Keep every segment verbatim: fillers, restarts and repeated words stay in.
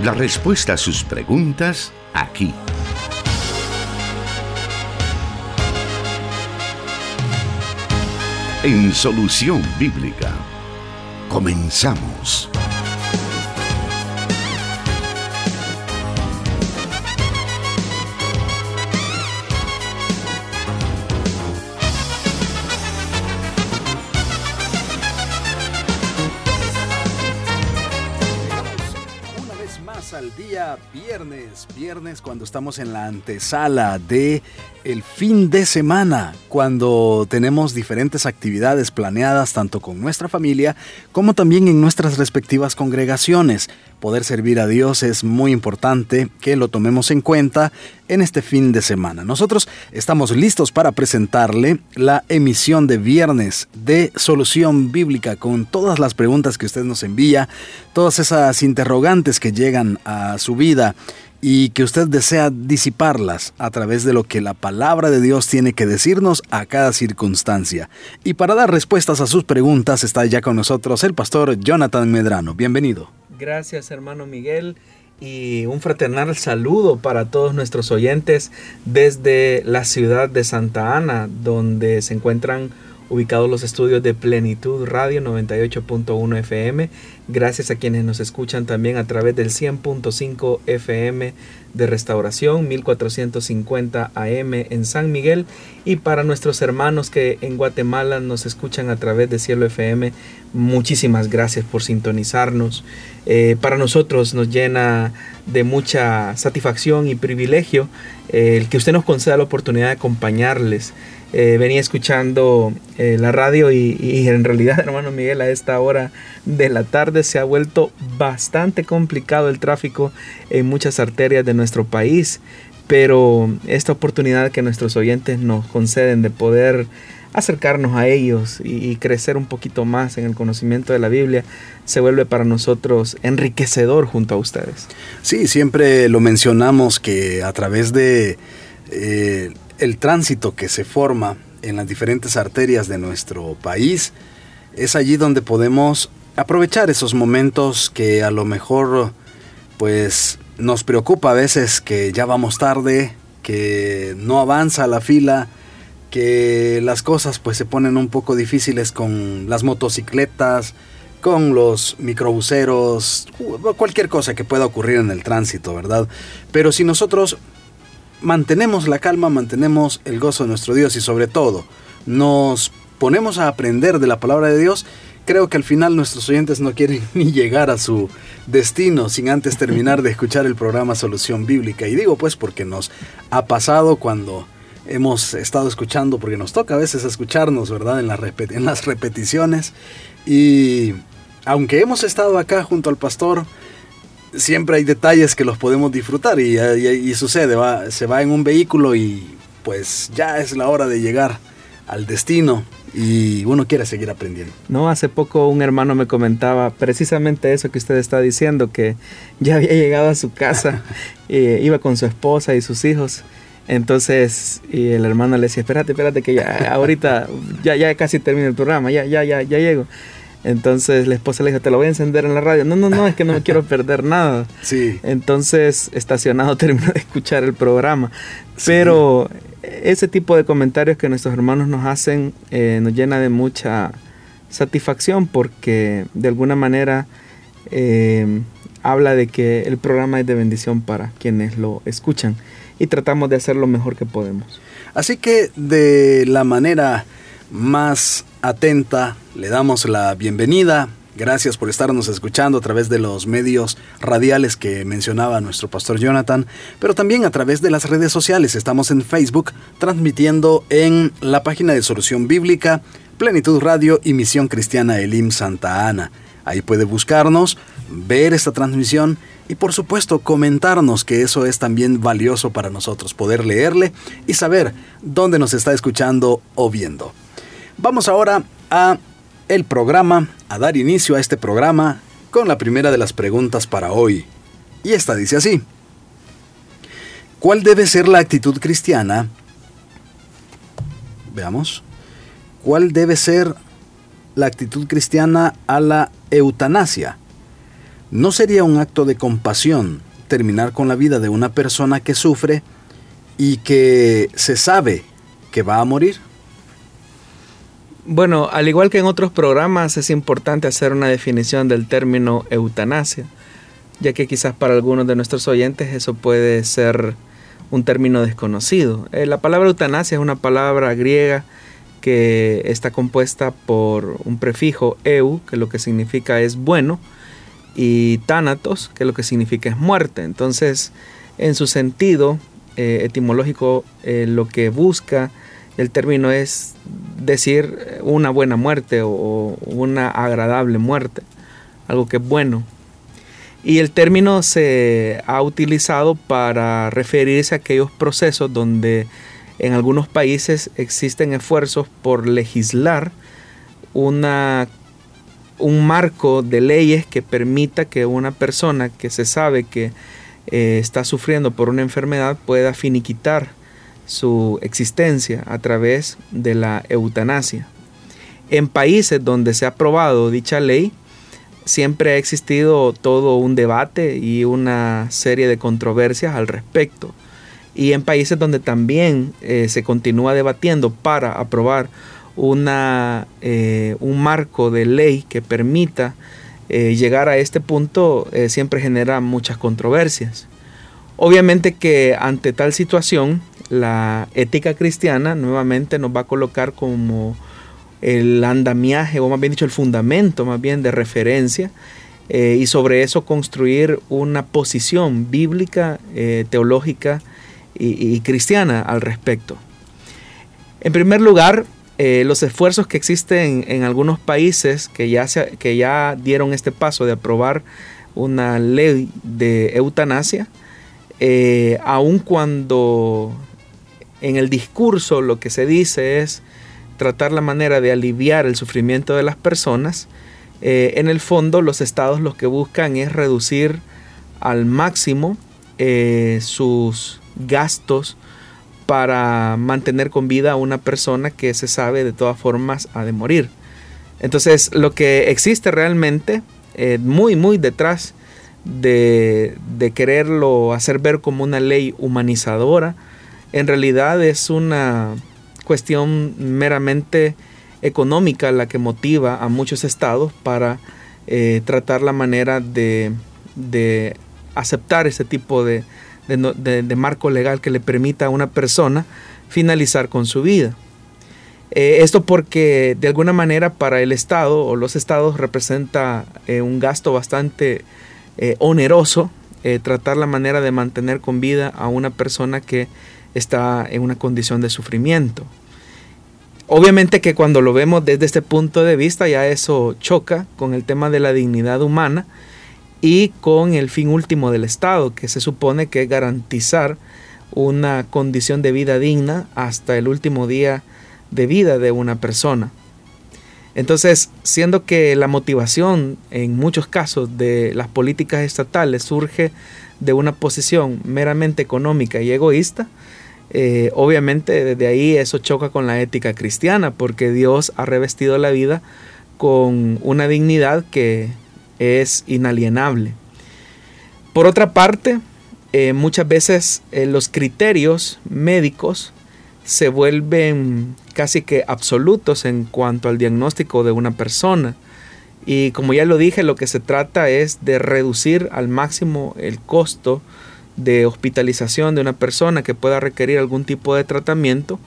La respuesta a sus preguntas, aquí. En Solución Bíblica. Comenzamos. Al día viernes, viernes cuando estamos en la antesala de el fin de semana, cuando tenemos diferentes actividades planeadas tanto con nuestra familia como también en nuestras respectivas congregaciones. Poder servir a Dios es muy importante que lo tomemos en cuenta en este fin de semana. Nosotros estamos listos para presentarle la emisión de viernes de Solución Bíblica con todas las preguntas que usted nos envía, todas esas interrogantes que llegan a su vida y que usted desea disiparlas a través de lo que la palabra de Dios tiene que decirnos a cada circunstancia. Y para dar respuestas a sus preguntas está ya con nosotros el pastor Jonathan Medrano. Bienvenido. Gracias, hermano Miguel, y un fraternal saludo para todos nuestros oyentes desde la ciudad de Santa Ana, donde se encuentran ubicados los estudios de Plenitud Radio noventa y ocho punto uno F M. Gracias a quienes nos escuchan también a través del cien punto cinco F M de Restauración, mil cuatrocientos cincuenta A M en San Miguel, y para nuestros hermanos que en Guatemala nos escuchan a través de Cielo F M, muchísimas gracias por sintonizarnos. Eh, para nosotros nos llena de mucha satisfacción y privilegio eh, el que usted nos conceda la oportunidad de acompañarles. Eh, venía escuchando eh, la radio y, y en realidad, hermano Miguel, a esta hora de la tarde se ha vuelto bastante complicado el tráfico en muchas arterias de nuestro país, pero esta oportunidad que nuestros oyentes nos conceden de poder acercarnos a ellos y, y crecer un poquito más en el conocimiento de la Biblia se vuelve para nosotros enriquecedor junto a ustedes. Sí, siempre lo mencionamos que a través de eh, el tránsito que se forma en las diferentes arterias de nuestro país, es allí donde podemos aprovechar esos momentos que a lo mejor pues nos preocupa a veces, que ya vamos tarde, que no avanza la fila, que las cosas pues se ponen un poco difíciles con las motocicletas, con los microbuseros, cualquier cosa que pueda ocurrir en el tránsito, ¿verdad? Pero si nosotros mantenemos la calma, mantenemos el gozo de nuestro Dios y sobre todo nos ponemos a aprender de la palabra de Dios, creo que al final nuestros oyentes no quieren ni llegar a su destino sin antes terminar de escuchar el programa Solución Bíblica. Y digo pues porque nos ha pasado cuando hemos estado escuchando, porque nos toca a veces escucharnos, ¿verdad? En, la repet- en las repeticiones. Y aunque hemos estado acá junto al pastor, siempre hay detalles que los podemos disfrutar y, y, y sucede, va, se va en un vehículo y pues ya es la hora de llegar al destino y uno quiere seguir aprendiendo. No, hace poco un hermano me comentaba precisamente eso que usted está diciendo, que ya había llegado a su casa, eh, iba con su esposa y sus hijos. Entonces, y el hermano le decía, espérate, espérate que ya ahorita ya, ya casi termina el programa, ya, ya, ya, ya llego. Entonces la esposa le dijo, te lo voy a encender en la radio. No, no, no, es que no me quiero perder nada. Sí. Entonces, estacionado, terminó de escuchar el programa. Sí. Pero ese tipo de comentarios que nuestros hermanos nos hacen eh, nos llena de mucha satisfacción porque de alguna manera eh, habla de que el programa es de bendición para quienes lo escuchan y tratamos de hacer lo mejor que podemos. Así que de la manera más atenta le damos la bienvenida. Gracias por estarnos escuchando a través de los medios radiales que mencionaba nuestro pastor Jonathan, pero también a través de las redes sociales. Estamos en Facebook transmitiendo en la página de Solución Bíblica, Plenitud Radio y Misión Cristiana Elim Santa Ana. Ahí puede buscarnos, ver esta transmisión y por supuesto comentarnos, que eso es también valioso para nosotros, poder leerle y saber dónde nos está escuchando o viendo. Vamos ahora a el programa, a dar inicio a este programa con la primera de las preguntas para hoy. Y esta dice así: ¿cuál debe ser la actitud cristiana? Veamos. ¿Cuál debe ser la actitud cristiana a la eutanasia? ¿no sería un acto de compasión terminar con la vida de una persona que sufre y que se sabe que va a morir? Bueno, al igual que en otros programas, es importante hacer una definición del término eutanasia, ya que quizás para algunos de nuestros oyentes eso puede ser un término desconocido. Eh, la palabra eutanasia es una palabra griega que está compuesta por un prefijo eu, que lo que significa es bueno, y thanatos, que lo que significa es muerte. Entonces, en su sentido eh, etimológico, eh, lo que busca el término es decir una buena muerte o una agradable muerte, algo que es bueno. Y el término se ha utilizado para referirse a aquellos procesos donde en algunos países existen esfuerzos por legislar una, un marco de leyes que permita que una persona que se sabe que eh, está sufriendo por una enfermedad pueda finiquitar su existencia a través de la eutanasia. En países donde se ha aprobado dicha ley, siempre ha existido todo un debate y una serie de controversias al respecto. Y en países donde también eh, se continúa debatiendo para aprobar una, eh, un marco de ley que permita eh, llegar a este punto, eh, siempre genera muchas controversias. Obviamente que ante tal situación, la ética cristiana nuevamente nos va a colocar como el andamiaje, o más bien dicho el fundamento más bien de referencia, eh, y sobre eso construir una posición bíblica, eh, teológica y, y cristiana al respecto. En primer lugar, eh, los esfuerzos que existen en, en algunos países que ya, se, que ya dieron este paso de aprobar una ley de eutanasia, eh, aun cuando en el discurso lo que se dice es tratar la manera de aliviar el sufrimiento de las personas, eh, en el fondo los estados lo que buscan es reducir al máximo eh, sus gastos para mantener con vida a una persona que se sabe de todas formas ha de morir. Entonces lo que existe realmente eh, muy muy detrás de, de quererlo hacer ver como una ley humanizadora, en realidad es una cuestión meramente económica la que motiva a muchos estados para eh, tratar la manera de, de aceptar ese tipo de, de, de, de marco legal que le permita a una persona finalizar con su vida. Eh, esto porque de alguna manera para el Estado o los estados representa eh, un gasto bastante eh, oneroso eh, tratar la manera de mantener con vida a una persona que está en una condición de sufrimiento. Obviamente que cuando lo vemos desde este punto de vista ya eso choca con el tema de la dignidad humana y con el fin último del Estado, que se supone que es garantizar una condición de vida digna hasta el último día de vida de una persona. Entonces, siendo que la motivación en muchos casos de las políticas estatales surge de una posición meramente económica y egoísta, Eh, obviamente desde ahí eso choca con la ética cristiana, porque Dios ha revestido la vida con una dignidad que es inalienable. Por otra parte, eh, muchas veces eh, los criterios médicos se vuelven casi que absolutos en cuanto al diagnóstico de una persona. Y como ya lo dije, lo que se trata es de reducir al máximo el costo de hospitalización de una persona que pueda requerir algún tipo de tratamiento,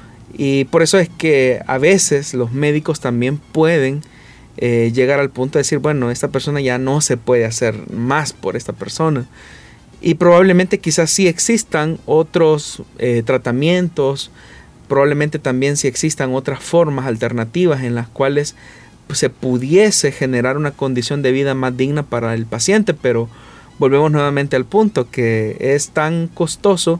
y por eso es que a veces los médicos también pueden eh, llegar al punto de decir, bueno, esta persona ya no se puede hacer más por esta persona, y probablemente quizás sí existan otros eh, tratamientos, probablemente también sí existan otras formas alternativas en las cuales pues, se pudiese generar una condición de vida más digna para el paciente, pero volvemos nuevamente al punto que es tan costoso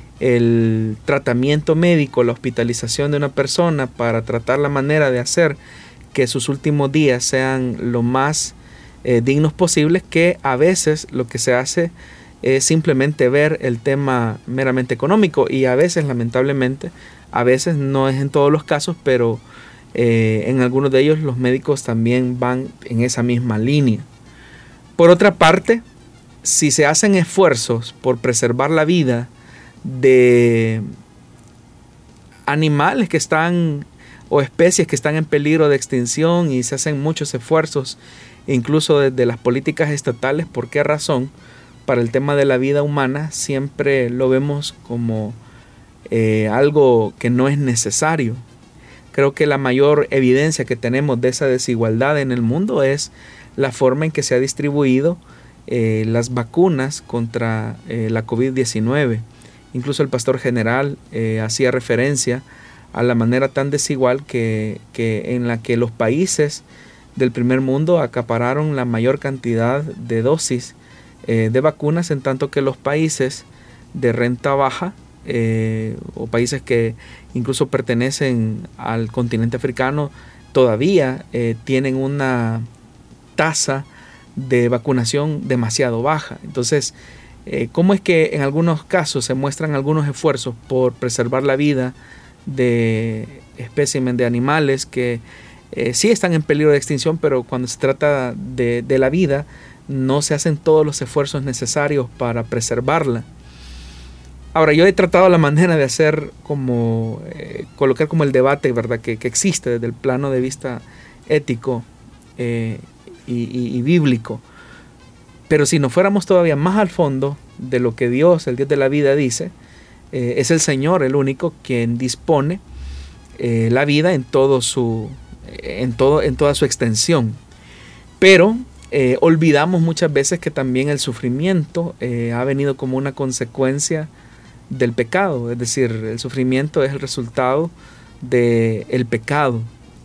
el tratamiento médico, la hospitalización de una persona para tratar la manera de hacer que sus últimos días sean lo más eh, dignos posibles, que a veces lo que se hace es simplemente ver el tema meramente económico, y a veces lamentablemente, a veces no es en todos los casos, pero eh, en algunos de ellos los médicos también van en esa misma línea. Por otra parte, si se hacen esfuerzos por preservar la vida de animales que están o especies que están en peligro de extinción y se hacen muchos esfuerzos, incluso desde las políticas estatales, ¿por qué razón? Para el tema de la vida humana siempre lo vemos como eh, algo que no es necesario. Creo que la mayor evidencia que tenemos de esa desigualdad en el mundo es la forma en que se ha distribuido eh, las vacunas contra eh, la covid diecinueve. Incluso el pastor general eh, hacía referencia a la manera tan desigual que, que en la que los países del primer mundo acapararon la mayor cantidad de dosis eh, de vacunas, en tanto que los países de renta baja eh, o países que incluso pertenecen al continente africano todavía eh, tienen una tasa de vacunación demasiado baja. Entonces, eh, ¿cómo es que en algunos casos se muestran algunos esfuerzos por preservar la vida de espécimen de animales que eh, sí están en peligro de extinción, pero cuando se trata de, de la vida no se hacen todos los esfuerzos necesarios para preservarla? Ahora, yo he tratado la manera de hacer como eh, colocar como el debate, ¿verdad?, que, que existe desde el plano de vista ético eh, y, y, y bíblico. Pero si nos fuéramos todavía más al fondo de lo que Dios, el Dios de la vida, dice, eh, es el Señor el único quien dispone eh, la vida en todo su, en todo, en toda su extensión. Pero eh, olvidamos muchas veces que también el sufrimiento eh, ha venido como una consecuencia del pecado, es decir, el sufrimiento es el resultado del pecado.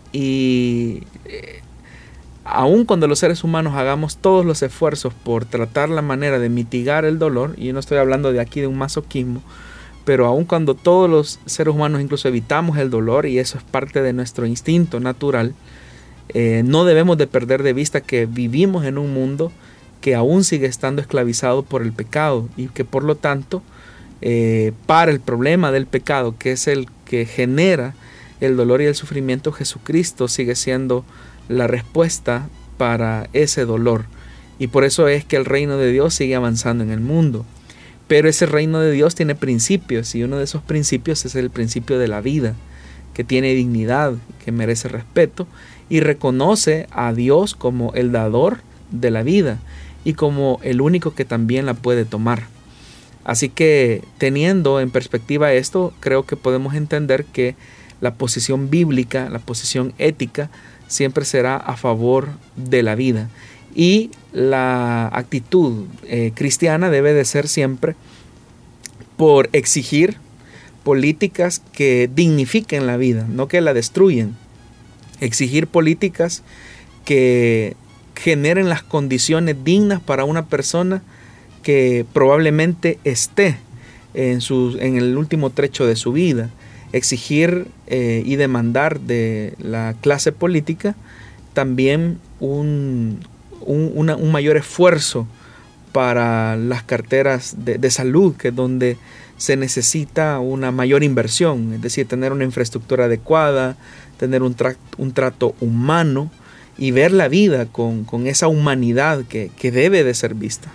Y eh, aun cuando los seres humanos hagamos todos los esfuerzos por tratar la manera de mitigar el dolor, y yo no estoy hablando de aquí de un masoquismo, pero aun cuando todos los seres humanos incluso evitamos el dolor, y eso es parte de nuestro instinto natural, eh, no debemos de perder de vista que vivimos en un mundo que aún sigue estando esclavizado por el pecado, y que por lo tanto Eh, para el problema del pecado, que es el que genera el dolor y el sufrimiento, Jesucristo sigue siendo la respuesta para ese dolor, y por eso es que el reino de Dios sigue avanzando en el mundo. Pero ese reino de Dios tiene principios, y uno de esos principios es el principio de la vida, que tiene dignidad, que merece respeto, y reconoce a Dios como el dador de la vida y como el único que también la puede tomar. Así que, teniendo en perspectiva esto, creo que podemos entender que la posición bíblica, la posición ética, siempre será a favor de la vida. Y la actitud eh, cristiana debe de ser siempre por exigir políticas que dignifiquen la vida, no que la destruyen. Exigir políticas que generen las condiciones dignas para una persona que probablemente esté en, su, en el último trecho de su vida. Exigir eh, y demandar de la clase política también un, un, una, un mayor esfuerzo para las carteras de, de salud, que es donde se necesita una mayor inversión, es decir, tener una infraestructura adecuada, tener un, tra- un trato humano y ver la vida con, con esa humanidad que, que debe de ser vista.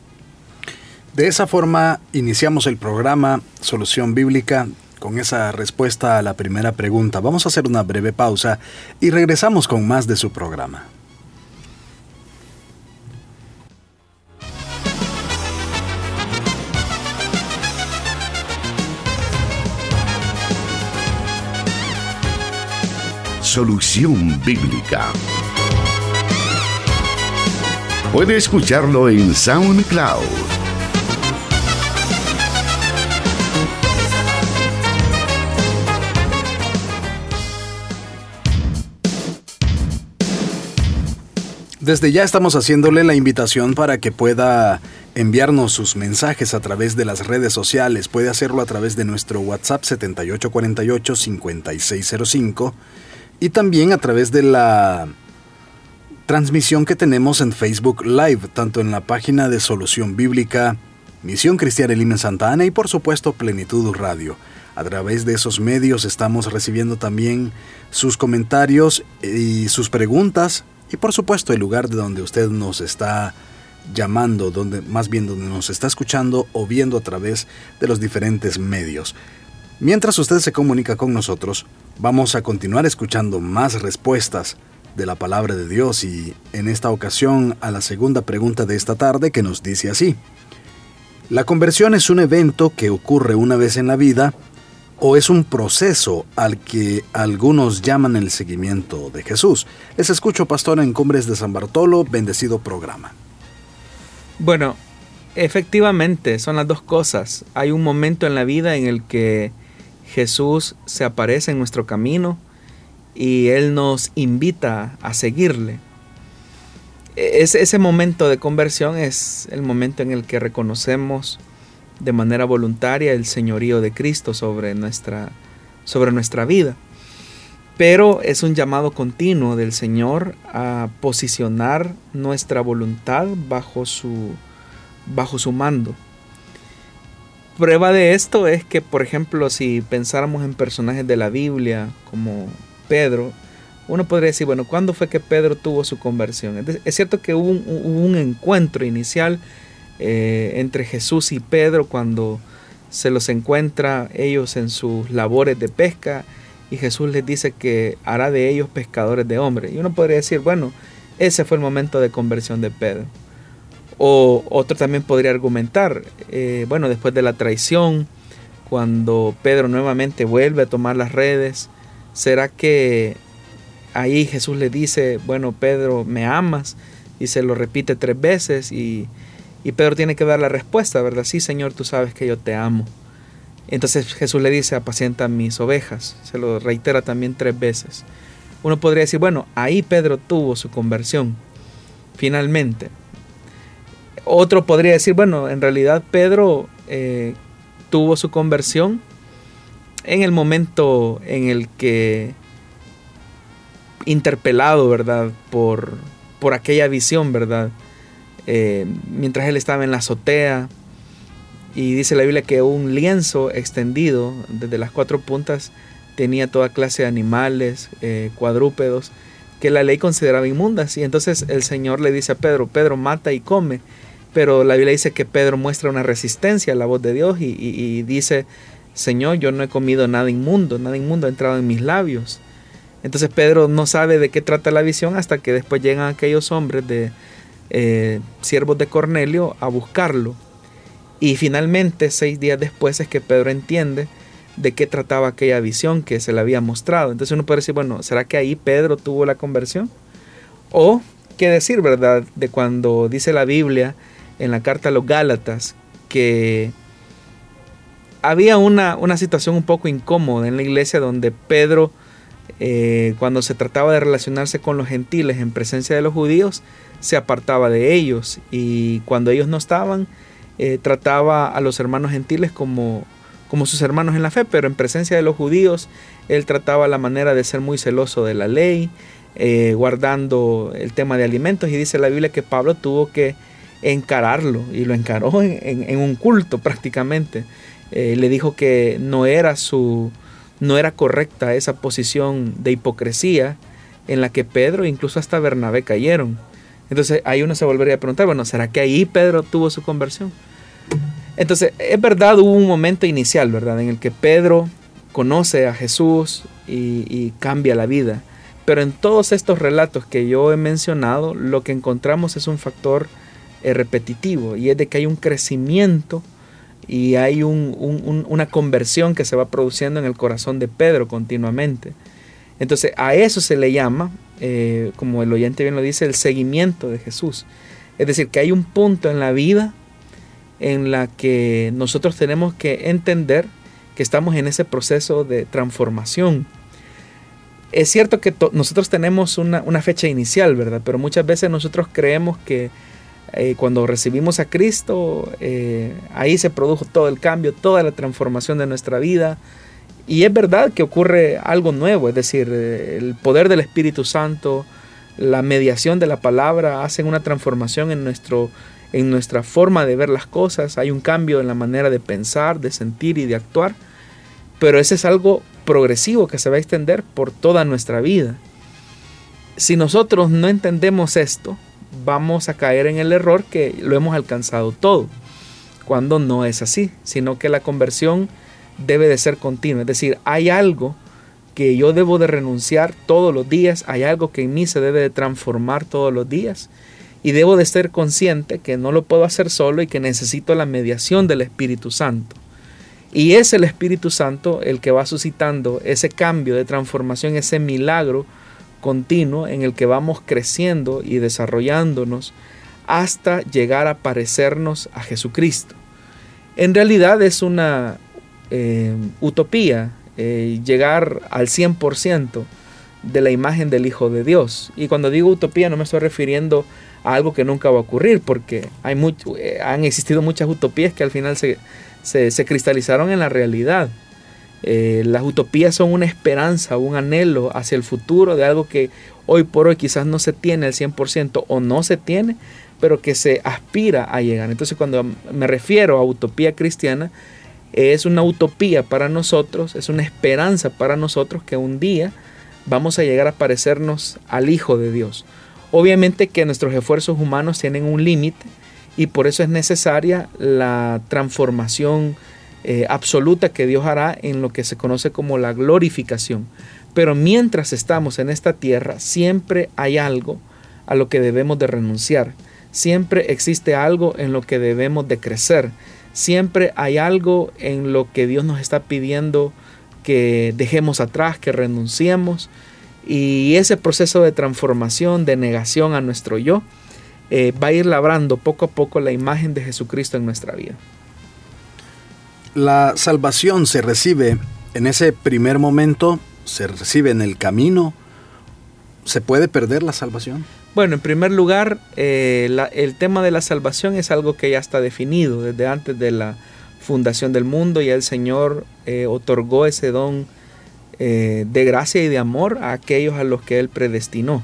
De esa forma iniciamos el programa Solución Bíblica con esa respuesta a la primera pregunta. Vamos a hacer una breve pausa y regresamos con más de su programa. Solución Bíblica. Puede escucharlo en SoundCloud. Desde ya estamos haciéndole la invitación para que pueda enviarnos sus mensajes a través de las redes sociales. Puede hacerlo a través de nuestro WhatsApp setenta y ocho cuarenta y ocho, cincuenta y seis cero cinco y también a través de la transmisión que tenemos en Facebook Live, tanto en la página de Solución Bíblica, Misión Cristiana Elim en Santa Ana y por supuesto Plenitud Radio. A través de esos medios estamos recibiendo también sus comentarios y sus preguntas, y por supuesto el lugar de donde usted nos está llamando, donde, más bien donde nos está escuchando o viendo a través de los diferentes medios. Mientras usted se comunica con nosotros, vamos a continuar escuchando más respuestas de la palabra de Dios y en esta ocasión a la segunda pregunta de esta tarde, que nos dice así: ¿la conversión es un evento que ocurre una vez en la vida o es un proceso al que algunos llaman el seguimiento de Jesús? Les escucho, pastor, en Cumbres de San Bartolo. Bendecido programa. Bueno, efectivamente son las dos cosas. Hay un momento en la vida en el que Jesús se aparece en nuestro camino y Él nos invita a seguirle. Ese, ese momento de conversión es el momento en el que reconocemos de manera voluntaria el señorío de Cristo sobre nuestra, sobre nuestra vida. Pero es un llamado continuo del Señor a posicionar nuestra voluntad bajo su, bajo su mando. Prueba de esto es que, por ejemplo, si pensáramos en personajes de la Biblia como Pedro, uno podría decir, bueno, ¿cuándo fue que Pedro tuvo su conversión? Es cierto que hubo un, hubo un encuentro inicial eh, entre Jesús y Pedro cuando se los encuentra ellos en sus labores de pesca y Jesús les dice que hará de ellos pescadores de hombres. Y uno podría decir, bueno, ese fue el momento de conversión de Pedro. O otro también podría argumentar, eh, bueno, después de la traición, cuando Pedro nuevamente vuelve a tomar las redes, ¿será que ahí Jesús le dice, bueno, Pedro, ¿me amas? Y se lo repite tres veces y, y Pedro tiene que dar la respuesta, ¿verdad? Sí, Señor, tú sabes que yo te amo. Entonces Jesús le dice, apacienta mis ovejas. Se lo reitera también tres veces. Uno podría decir, bueno, ahí Pedro tuvo su conversión, finalmente. Otro podría decir, bueno, en realidad Pedro eh, tuvo su conversión en el momento en el que, interpelado, ¿verdad?, por, por aquella visión, ¿verdad?, eh, mientras él estaba en la azotea, y dice la Biblia que un lienzo extendido desde las cuatro puntas tenía toda clase de animales, eh, cuadrúpedos, que la ley consideraba inmundas, y entonces el Señor le dice a Pedro, Pedro, mata y come, pero la Biblia dice que Pedro muestra una resistencia a la voz de Dios, y, y, y dice, Señor, yo no he comido nada inmundo, nada inmundo ha entrado en mis labios. Entonces Pedro no sabe de qué trata la visión hasta que después llegan aquellos hombres de eh, siervos de Cornelio a buscarlo. Y finalmente, seis días después, es que Pedro entiende de qué trataba aquella visión que se le había mostrado. Entonces uno puede decir, bueno, ¿será que ahí Pedro tuvo la conversión? O, ¿qué decir, verdad? De cuando dice la Biblia en la carta a los Gálatas que había una, una situación un poco incómoda en la iglesia donde Pedro, eh, cuando se trataba de relacionarse con los gentiles en presencia de los judíos, se apartaba de ellos, y cuando ellos no estaban, eh, trataba a los hermanos gentiles como, como sus hermanos en la fe, pero en presencia de los judíos, él trataba la manera de ser muy celoso de la ley, eh, guardando el tema de alimentos, y dice la Biblia que Pablo tuvo que encararlo, y lo encaró en, en, en un culto prácticamente. Eh, le dijo que no era su no era correcta esa posición de hipocresía en la que Pedro, incluso hasta Bernabé, cayeron. Entonces ahí uno se volvería a preguntar, bueno, ¿será que ahí Pedro tuvo su conversión? Entonces es verdad, hubo un momento inicial, ¿verdad?, en el que Pedro conoce a Jesús y, y cambia la vida. Pero en todos estos relatos que yo he mencionado, lo que encontramos es un factor eh, repetitivo, y es de que hay un crecimiento y hay un, un, un, una conversión que se va produciendo en el corazón de Pedro continuamente. Entonces a eso se le llama, eh, como el oyente bien lo dice, el seguimiento de Jesús. Es decir, que hay un punto en la vida en la que nosotros tenemos que entender que estamos en ese proceso de transformación. Es cierto que to- nosotros tenemos una, una fecha inicial, ¿verdad? Pero muchas veces nosotros creemos que Eh, cuando recibimos a Cristo, eh, ahí se produjo todo el cambio, toda la transformación de nuestra vida. Y es verdad que ocurre algo nuevo, es decir, eh, el poder del Espíritu Santo, la mediación de la palabra hacen una transformación en, nuestro, en nuestra forma de ver las cosas. Hay un cambio en la manera de pensar, de sentir y de actuar. Pero ese es algo progresivo que se va a extender por toda nuestra vida. Si nosotros no entendemos esto, vamos a caer en el error que lo hemos alcanzado todo, cuando no es así, sino que la conversión debe de ser continua. Es decir, hay algo que yo debo de renunciar todos los días, hay algo que en mí se debe de transformar todos los días, y debo de ser consciente que no lo puedo hacer solo y que necesito la mediación del Espíritu Santo. Y es el Espíritu Santo el que va suscitando ese cambio de transformación, ese milagro continuo en el que vamos creciendo y desarrollándonos hasta llegar a parecernos a Jesucristo. En realidad es una eh, utopía eh, llegar al cien por ciento de la imagen del Hijo de Dios. Y cuando digo utopía no me estoy refiriendo a algo que nunca va a ocurrir, porque hay mucho, eh, han existido muchas utopías que al final se, se, se cristalizaron en la realidad. Eh, las utopías son una esperanza, un anhelo hacia el futuro de algo que hoy por hoy quizás no se tiene al cien por ciento o no se tiene, pero que se aspira a llegar. Entonces, cuando me refiero a utopía cristiana, es una utopía para nosotros, es una esperanza para nosotros que un día vamos a llegar a parecernos al Hijo de Dios. Obviamente que nuestros esfuerzos humanos tienen un límite y por eso es necesaria la transformación eh, absoluta que Dios hará en lo que se conoce como la glorificación. Pero mientras estamos en esta tierra, siempre hay algo a lo que debemos de renunciar. Siempre existe algo en lo que debemos de crecer. Siempre hay algo en lo que Dios nos está pidiendo que dejemos atrás, que renunciemos. Y ese proceso de transformación, de negación a nuestro yo, eh, va a ir labrando poco a poco la imagen de Jesucristo en nuestra vida. La salvación se recibe en ese primer momento, se recibe en el camino. ¿Se puede perder la salvación? Bueno, en primer lugar, eh, la, el tema de la salvación es algo que ya está definido desde antes de la fundación del mundo. Ya el Señor eh, otorgó ese don eh, de gracia y de amor a aquellos a los que Él predestinó.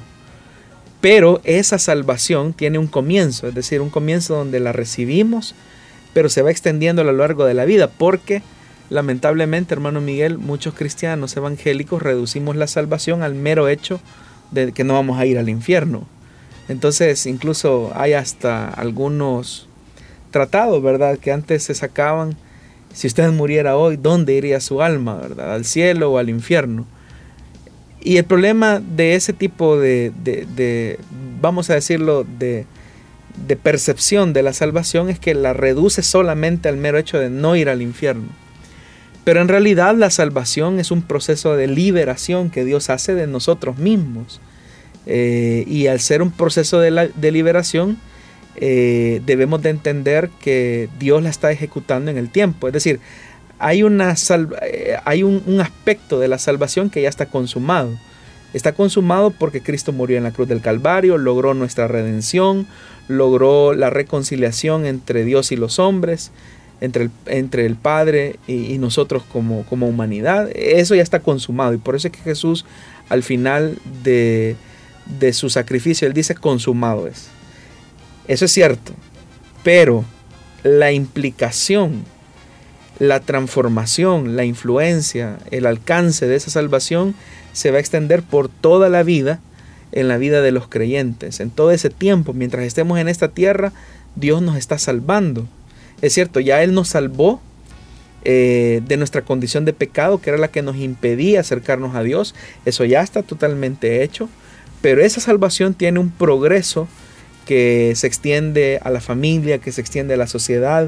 Pero esa salvación tiene un comienzo, es decir, un comienzo donde la recibimos, pero se va extendiendo a lo largo de la vida, porque lamentablemente, hermano Miguel, muchos cristianos evangélicos reducimos la salvación al mero hecho de que no vamos a ir al infierno. Entonces, incluso hay hasta algunos tratados, ¿verdad?, que antes se sacaban: si usted muriera hoy, ¿dónde iría su alma, verdad? ¿Al cielo o al infierno? Y el problema de ese tipo de, de, de vamos a decirlo, de, de percepción de la salvación es que la reduce solamente al mero hecho de no ir al infierno. Pero en realidad la salvación es un proceso de liberación que Dios hace de nosotros mismos. Eh, y al ser un proceso de, la, de liberación, eh, debemos de entender que Dios la está ejecutando en el tiempo. Es decir, hay, una salva, eh, hay un, un aspecto de la salvación que ya está consumado. Está consumado porque Cristo murió en la cruz del Calvario, logró nuestra redención, logró la reconciliación entre Dios y los hombres, entre el, entre el Padre y, y nosotros como, como humanidad. Eso ya está consumado, y por eso es que Jesús, al final de, de su sacrificio, Él dice: consumado es. Eso es cierto, pero la implicación, la transformación, la influencia, el alcance de esa salvación se va a extender por toda la vida, en la vida de los creyentes. En todo ese tiempo, mientras estemos en esta tierra, Dios nos está salvando. Es cierto, ya Él nos salvó eh, de nuestra condición de pecado, que era la que nos impedía acercarnos a Dios. Eso ya está totalmente hecho, pero esa salvación tiene un progreso que se extiende a la familia, que se extiende a la sociedad,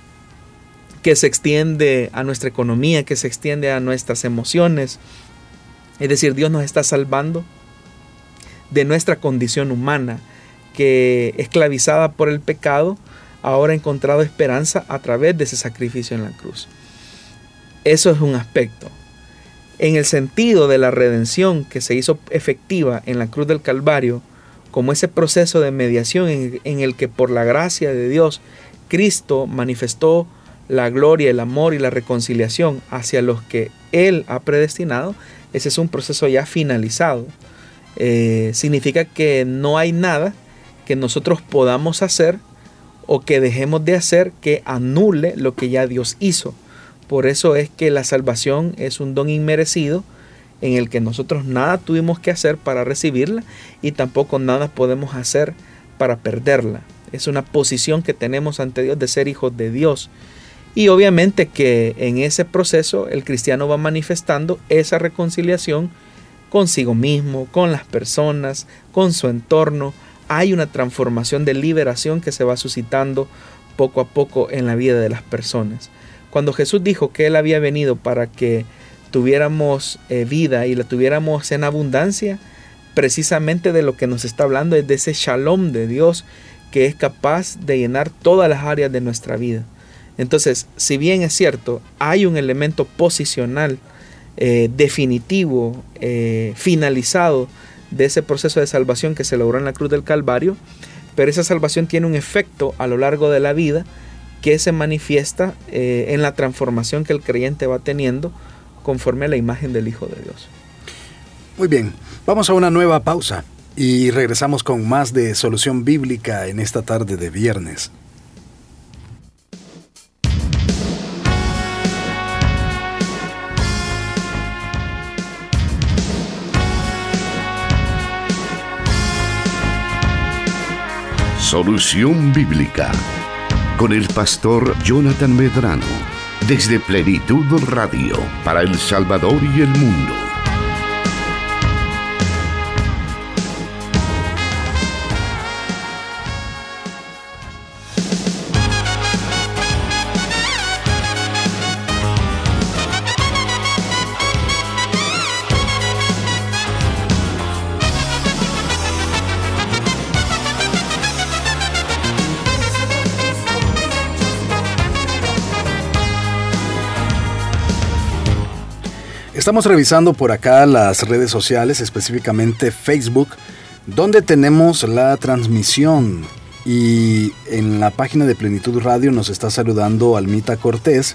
que se extiende a nuestra economía, que se extiende a nuestras emociones. Es decir, Dios nos está salvando de nuestra condición humana, que esclavizada por el pecado, ahora ha encontrado esperanza a través de ese sacrificio en la cruz. Eso es un aspecto. En el sentido de la redención que se hizo efectiva en la cruz del Calvario, como ese proceso de mediación en, en el que por la gracia de Dios, Cristo manifestó la gloria, el amor y la reconciliación hacia los que Él ha predestinado. Ese es un proceso ya finalizado. Eh, significa que no hay nada que nosotros podamos hacer o que dejemos de hacer que anule lo que ya Dios hizo. Por eso es que la salvación es un don inmerecido en el que nosotros nada tuvimos que hacer para recibirla, y tampoco nada podemos hacer para perderla. Es una posición que tenemos ante Dios de ser hijos de Dios. Y obviamente que en ese proceso el cristiano va manifestando esa reconciliación consigo mismo, con las personas, con su entorno. Hay una transformación de liberación que se va suscitando poco a poco en la vida de las personas. Cuando Jesús dijo que Él había venido para que tuviéramos eh, vida y la tuviéramos en abundancia, precisamente de lo que nos está hablando es de ese shalom de Dios que es capaz de llenar todas las áreas de nuestra vida. Entonces, si bien es cierto, hay un elemento posicional, eh, definitivo, eh, finalizado de ese proceso de salvación que se logró en la cruz del Calvario, pero esa salvación tiene un efecto a lo largo de la vida que se manifiesta eh, en la transformación que el creyente va teniendo conforme a la imagen del Hijo de Dios. Muy bien, vamos a una nueva pausa y regresamos con más de Solución Bíblica en esta tarde de viernes. Solución Bíblica con el pastor Jonathan Medrano desde Plenitud Radio para El Salvador y el mundo. Estamos revisando por acá las redes sociales, específicamente Facebook, donde tenemos la transmisión. Y en la página de Plenitud Radio nos está saludando Almita Cortés,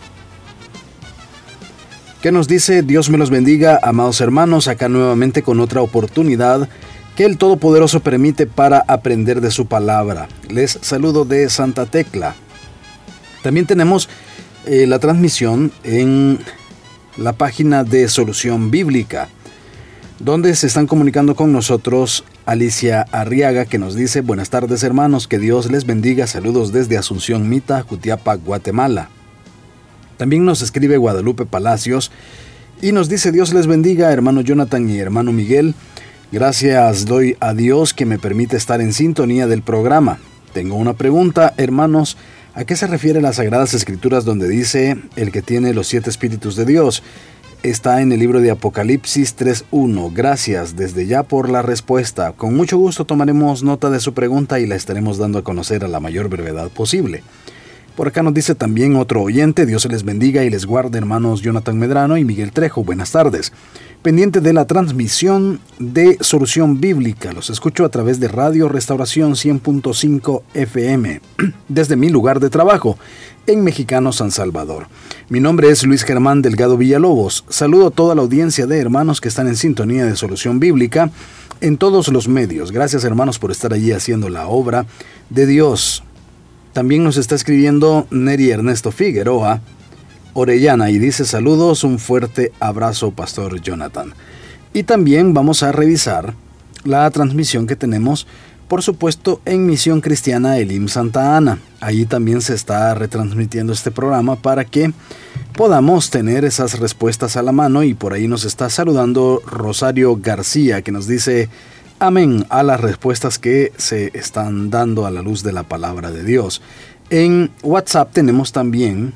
que nos dice: Dios me los bendiga, amados hermanos, acá nuevamente con otra oportunidad que el Todopoderoso permite para aprender de su palabra. Les saludo de Santa Tecla. También tenemos eh, la transmisión en la página de Solución Bíblica, donde se están comunicando con nosotros Alicia Arriaga, que nos dice: buenas tardes hermanos, que Dios les bendiga, saludos desde Asunción Mita, Jutiapa, Guatemala. También nos escribe Guadalupe Palacios y nos dice: Dios les bendiga hermano Jonathan y hermano Miguel, gracias doy a Dios que me permite estar en sintonía del programa. Tengo una pregunta, hermanos. ¿A qué se refiere las Sagradas Escrituras donde dice el que tiene los siete espíritus de Dios? Está en el libro de Apocalipsis tres uno. Gracias desde ya por la respuesta. Con mucho gusto tomaremos nota de su pregunta y la estaremos dando a conocer a la mayor brevedad posible. Por acá nos dice también otro oyente: Dios les bendiga y les guarde hermanos Jonathan Medrano y Miguel Trejo. Buenas tardes. Pendiente de la transmisión de Solución Bíblica. Los escucho a través de Radio Restauración cien punto cinco F M desde mi lugar de trabajo en Mexicano, San Salvador. Mi nombre es Luis Germán Delgado Villalobos. Saludo a toda la audiencia de hermanos que están en sintonía de Solución Bíblica en todos los medios. Gracias hermanos por estar allí haciendo la obra de Dios. También nos está escribiendo Neri Ernesto Figueroa Orellana y dice: saludos, un fuerte abrazo pastor Jonathan. Y también vamos a revisar la transmisión que tenemos, por supuesto, en Misión Cristiana Elim Santa Ana. Allí también se está retransmitiendo este programa para que podamos tener esas respuestas a la mano. Y por ahí nos está saludando Rosario García, que nos dice: amén a las respuestas que se están dando a la luz de la palabra de Dios. En WhatsApp tenemos también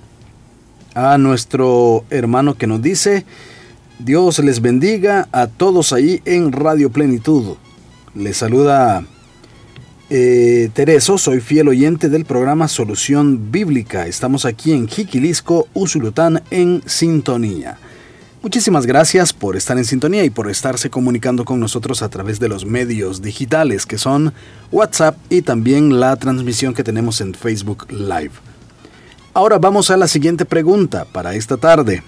a nuestro hermano que nos dice: Dios les bendiga a todos ahí en Radio Plenitud. Les saluda eh, Tereso, soy fiel oyente del programa Solución Bíblica. Estamos aquí en Jiquilisco, Usulután, en sintonía. Muchísimas gracias por estar en sintonía y por estarse comunicando con nosotros a través de los medios digitales que son WhatsApp y también la transmisión que tenemos en Facebook Live. Ahora vamos a la siguiente pregunta para esta tarde.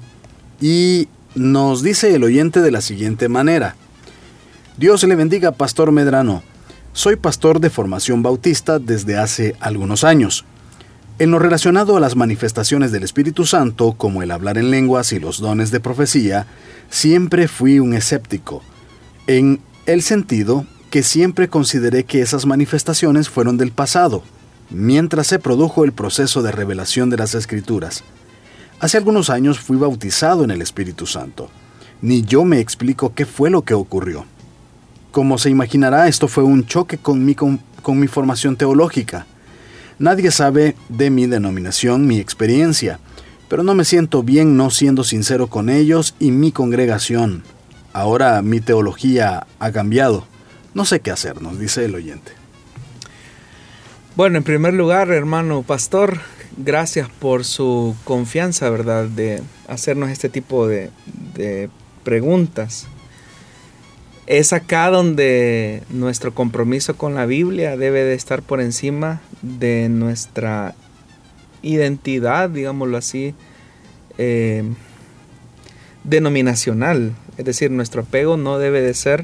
Y nos dice el oyente de la siguiente manera: Dios le bendiga, pastor Medrano. Soy pastor de formación bautista desde hace algunos años. En lo relacionado a las manifestaciones del Espíritu Santo, como el hablar en lenguas y los dones de profecía, siempre fui un escéptico, en el sentido que siempre consideré que esas manifestaciones fueron del pasado, mientras se produjo el proceso de revelación de las Escrituras. Hace algunos años fui bautizado en el Espíritu Santo. Ni yo me explico qué fue lo que ocurrió. Como se imaginará, esto fue un choque con mi, con, con mi formación teológica. Nadie sabe de mi denominación, mi experiencia, pero no me siento bien no siendo sincero con ellos y mi congregación. Ahora mi teología ha cambiado. No sé qué hacer, nos dice el oyente. Bueno, en primer lugar, hermano pastor, gracias por su confianza, ¿verdad?, de hacernos este tipo de, de preguntas. Es acá donde nuestro compromiso con la Biblia debe de estar por encima de nuestra identidad, digámoslo así, eh, denominacional. Es decir, nuestro apego no debe de ser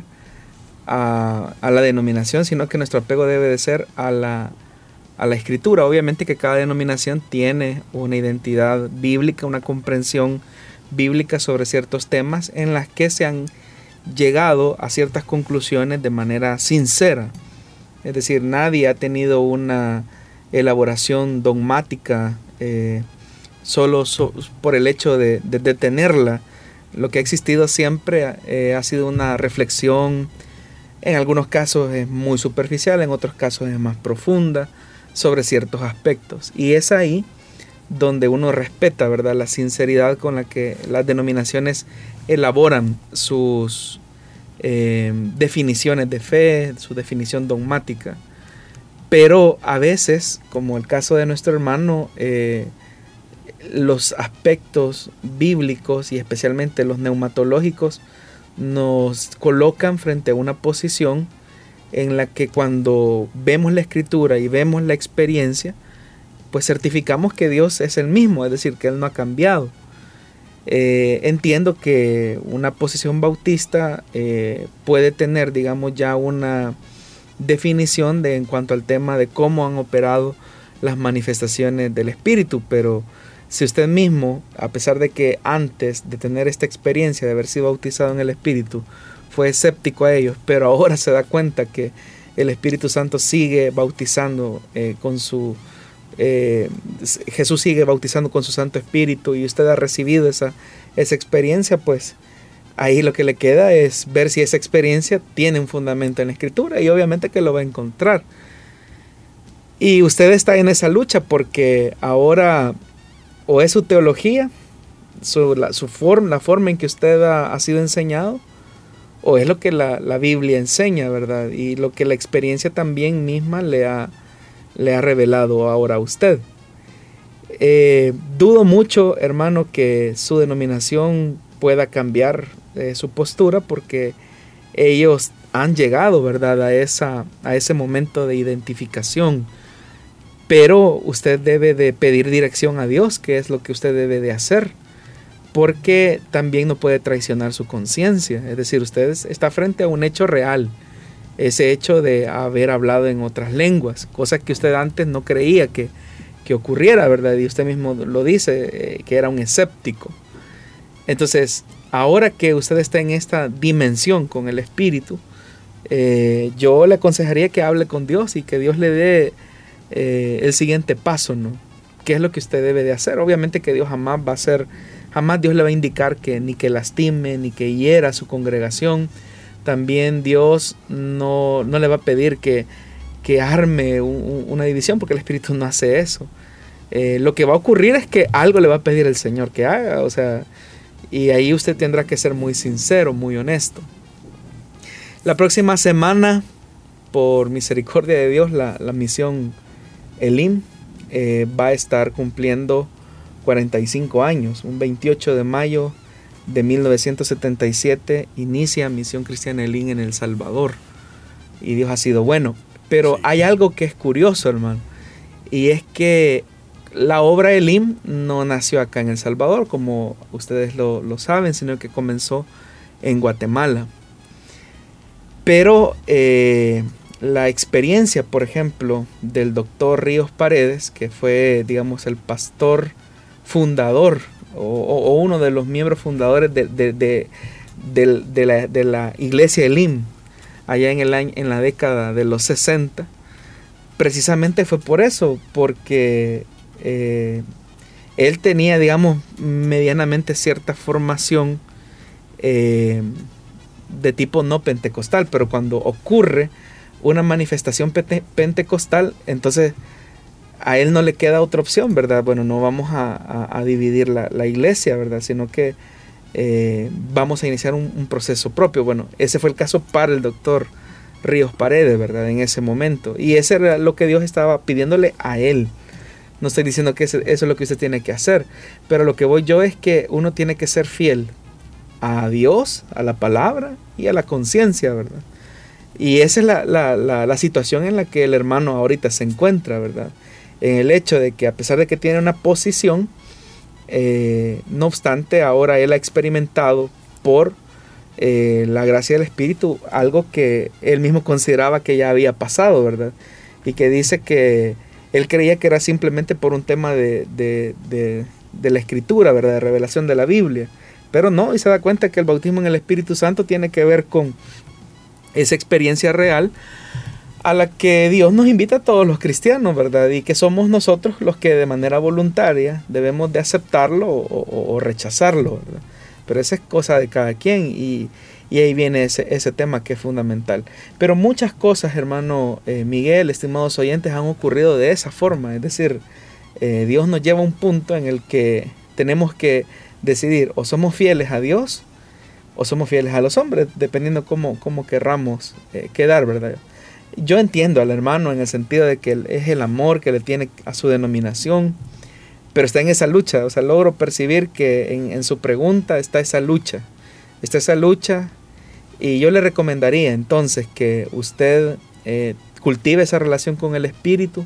a, a la denominación, sino que nuestro apego debe de ser a la, a la Escritura. Obviamente que cada denominación tiene una identidad bíblica, una comprensión bíblica sobre ciertos temas en las que se han llegado a ciertas conclusiones de manera sincera. Es decir, nadie ha tenido una elaboración dogmática eh, solo so, por el hecho de, de, de tenerla. Lo que ha existido siempre eh, ha sido una reflexión, en algunos casos es muy superficial, en otros casos es más profunda, sobre ciertos aspectos. Y es ahí donde uno respeta, ¿verdad?, la sinceridad con la que las denominaciones elaboran sus eh, definiciones de fe, su definición dogmática. Pero a veces, como el caso de nuestro hermano, eh, los aspectos bíblicos y especialmente los neumatológicos nos colocan frente a una posición en la que cuando vemos la Escritura y vemos la experiencia, pues certificamos que Dios es el mismo, es decir, que Él no ha cambiado. Eh, entiendo que una posición bautista eh, puede tener, digamos, ya una definición de, en cuanto al tema de cómo han operado las manifestaciones del Espíritu, pero si usted mismo, a pesar de que antes de tener esta experiencia de haber sido bautizado en el Espíritu, fue escéptico a ellos, pero ahora se da cuenta que el Espíritu Santo sigue bautizando eh, con su Eh, Jesús sigue bautizando con su Santo Espíritu y usted ha recibido esa, esa experiencia, pues ahí lo que le queda es ver si esa experiencia tiene un fundamento en la Escritura, y obviamente que lo va a encontrar. Y usted está en esa lucha porque ahora o es su teología, su, la, su forma, la forma en que usted ha, ha sido enseñado, o es lo que la, la Biblia enseña, ¿verdad? Y lo que la experiencia también misma le ha le ha revelado ahora a usted. Eh, dudo mucho, hermano, que su denominación pueda cambiar eh, su postura, porque ellos han llegado, ¿verdad?, a, esa, a ese momento de identificación. Pero usted debe de pedir dirección a Dios, que es lo que usted debe de hacer, porque también no puede traicionar su conciencia. Es decir, usted está frente a un hecho real, ese hecho de haber hablado en otras lenguas, cosa que usted antes no creía que, que ocurriera, ¿verdad? Y usted mismo lo dice, eh, que era un escéptico. Entonces, ahora que usted está en esta dimensión con el Espíritu, eh, yo le aconsejaría que hable con Dios y que Dios le dé eh, el siguiente paso, ¿no? ¿Qué es lo que usted debe de hacer? Obviamente que Dios jamás va a hacer, jamás Dios le va a indicar que ni que lastime, ni que hiera a su congregación. También Dios no, no le va a pedir que, que arme un, una división, porque el Espíritu no hace eso. Eh, lo que va a ocurrir es que algo le va a pedir el Señor que haga, o sea, y ahí usted tendrá que ser muy sincero, muy honesto. La próxima semana, por misericordia de Dios, la, la misión Elim eh, va a estar cumpliendo cuarenta y cinco años. Un veintiocho de mayo de mil novecientos setenta y siete inicia Misión Cristiana Elim en El Salvador, y Dios ha sido bueno. Pero sí, hay algo que es curioso, hermano, y es que la obra Elim no nació acá en El Salvador, como ustedes lo, lo saben, sino que comenzó en Guatemala. Pero eh, la experiencia, por ejemplo, del doctor Ríos Paredes, que fue, digamos, el pastor fundador o, o, o uno de los miembros fundadores de, de, de, de, de, la, de la iglesia Elim allá en, el año, en la década de los sesenta, precisamente fue por eso, porque eh, él tenía, digamos, medianamente cierta formación eh, de tipo no pentecostal, pero cuando ocurre una manifestación pente- pentecostal, entonces a él no le queda otra opción, ¿verdad? Bueno, no vamos a, a, a dividir la, la iglesia, ¿verdad? Sino que eh, vamos a iniciar un, un proceso propio. Bueno, ese fue el caso para el doctor Ríos Paredes, ¿verdad? En ese momento. Y ese era lo que Dios estaba pidiéndole a él. No estoy diciendo que eso es lo que usted tiene que hacer, pero lo que voy yo es que uno tiene que ser fiel a Dios, a la palabra y a la conciencia, ¿verdad? Y esa es la, la, la, la situación en la que el hermano ahorita se encuentra, ¿verdad? En el hecho de que a pesar de que tiene una posición, eh, no obstante, ahora él ha experimentado por eh, la gracia del Espíritu algo que él mismo consideraba que ya había pasado, ¿verdad? Y que dice que él creía que era simplemente por un tema de, de, de, de la Escritura, ¿verdad? De revelación de la Biblia. Pero no, y se da cuenta que el bautismo en el Espíritu Santo tiene que ver con esa experiencia real a la que Dios nos invita a todos los cristianos, ¿verdad? Y que somos nosotros los que de manera voluntaria debemos de aceptarlo o, o, o rechazarlo, ¿verdad? Pero esa es cosa de cada quien y, y ahí viene ese, ese tema que es fundamental. Pero muchas cosas, hermano eh, Miguel, estimados oyentes, han ocurrido de esa forma. Es decir, eh, Dios nos lleva a un punto en el que tenemos que decidir o somos fieles a Dios o somos fieles a los hombres, dependiendo cómo, cómo querramos eh, quedar, ¿verdad? Yo entiendo al hermano en el sentido de que es el amor que le tiene a su denominación, pero está en esa lucha. O sea, logro percibir que en, en su pregunta está esa lucha. Está esa lucha y yo le recomendaría entonces que usted eh, cultive esa relación con el Espíritu.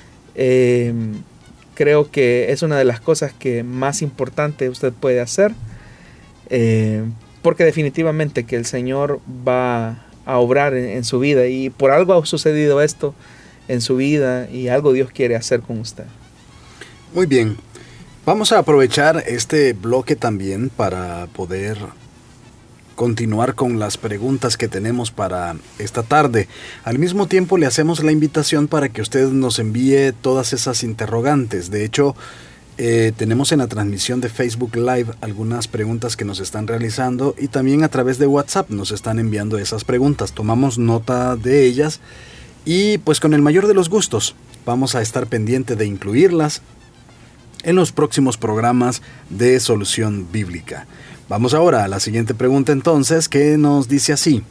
Eh, creo que es una de las cosas que más importante usted puede hacer, eh, porque definitivamente que el Señor va a obrar en, en su vida y por algo ha sucedido esto en su vida y algo Dios quiere hacer con usted. Muy bien, vamos a aprovechar este bloque también para poder continuar con las preguntas que tenemos para esta tarde. Al mismo tiempo le hacemos la invitación para que usted nos envíe todas esas interrogantes. De hecho, Eh, tenemos en la transmisión de Facebook Live algunas preguntas que nos están realizando y también a través de WhatsApp nos están enviando esas preguntas. Tomamos nota de ellas y pues con el mayor de los gustos vamos a estar pendiente de incluirlas en los próximos programas de Solución Bíblica. Vamos ahora a la siguiente pregunta entonces, que nos dice así: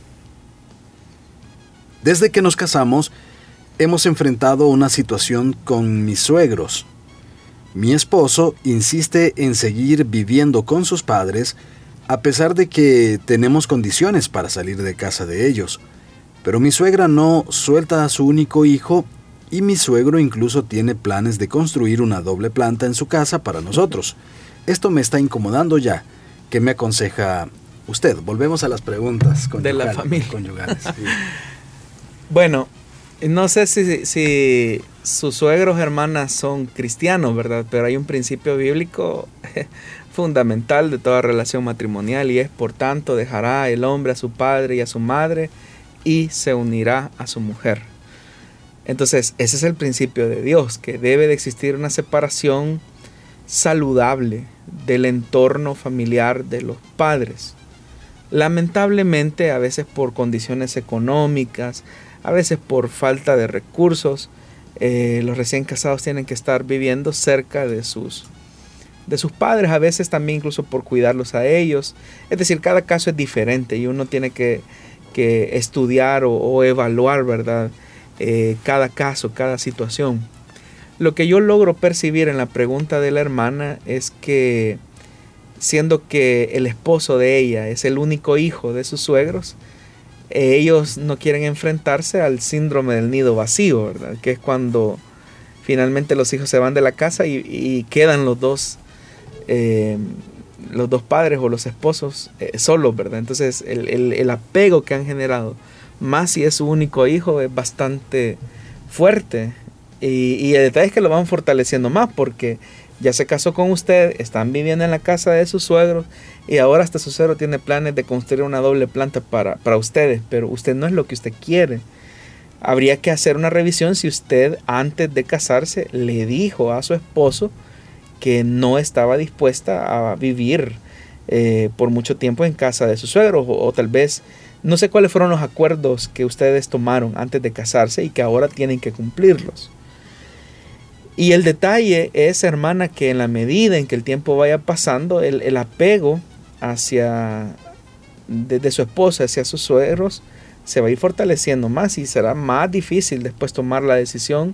desde que nos casamos hemos enfrentado una situación con mis suegros. Mi esposo insiste en seguir viviendo con sus padres a pesar de que tenemos condiciones para salir de casa de ellos. Pero mi suegra no suelta a su único hijo y mi suegro incluso tiene planes de construir una doble planta en su casa para nosotros. Esto me está incomodando ya. ¿Qué me aconseja usted? Volvemos a las preguntas de la familia. Conyugales. Sí. Bueno, no sé si, si sus suegros hermanas son cristianos, ¿verdad? Pero hay un principio bíblico fundamental de toda relación matrimonial y es: por tanto dejará el hombre a su padre y a su madre y se unirá a su mujer. Entonces ese es el principio de Dios, que debe de existir una separación saludable del entorno familiar de los padres. Lamentablemente, a veces por condiciones económicas, a veces por falta de recursos, eh, los recién casados tienen que estar viviendo cerca de sus, de sus padres, a veces también incluso por cuidarlos a ellos. Es decir, cada caso es diferente y uno tiene que, que estudiar o, o evaluar, ¿verdad? Eh, cada caso, cada situación. Lo que yo logro percibir en la pregunta de la hermana es que, siendo que el esposo de ella es el único hijo de sus suegros, ellos no quieren enfrentarse al síndrome del nido vacío, ¿verdad? Que es cuando finalmente los hijos se van de la casa y, y quedan los dos, eh, los dos padres o los esposos eh, solos, ¿verdad? Entonces el, el, el apego que han generado, más si es su único hijo, es bastante fuerte. Y, y el detalle es que lo van fortaleciendo más, porque ya se casó con usted, están viviendo en la casa de sus suegros y ahora hasta su suegro tiene planes de construir una doble planta para, para ustedes, pero usted no es lo que usted quiere. Habría que hacer una revisión si usted antes de casarse le dijo a su esposo que no estaba dispuesta a vivir eh, por mucho tiempo en casa de sus suegros, o, o tal vez no sé cuáles fueron los acuerdos que ustedes tomaron antes de casarse y que ahora tienen que cumplirlos. Y el detalle es, hermana, que en la medida en que el tiempo vaya pasando, el, el apego hacia de, de su esposa hacia sus suegros se va a ir fortaleciendo más y será más difícil después tomar la decisión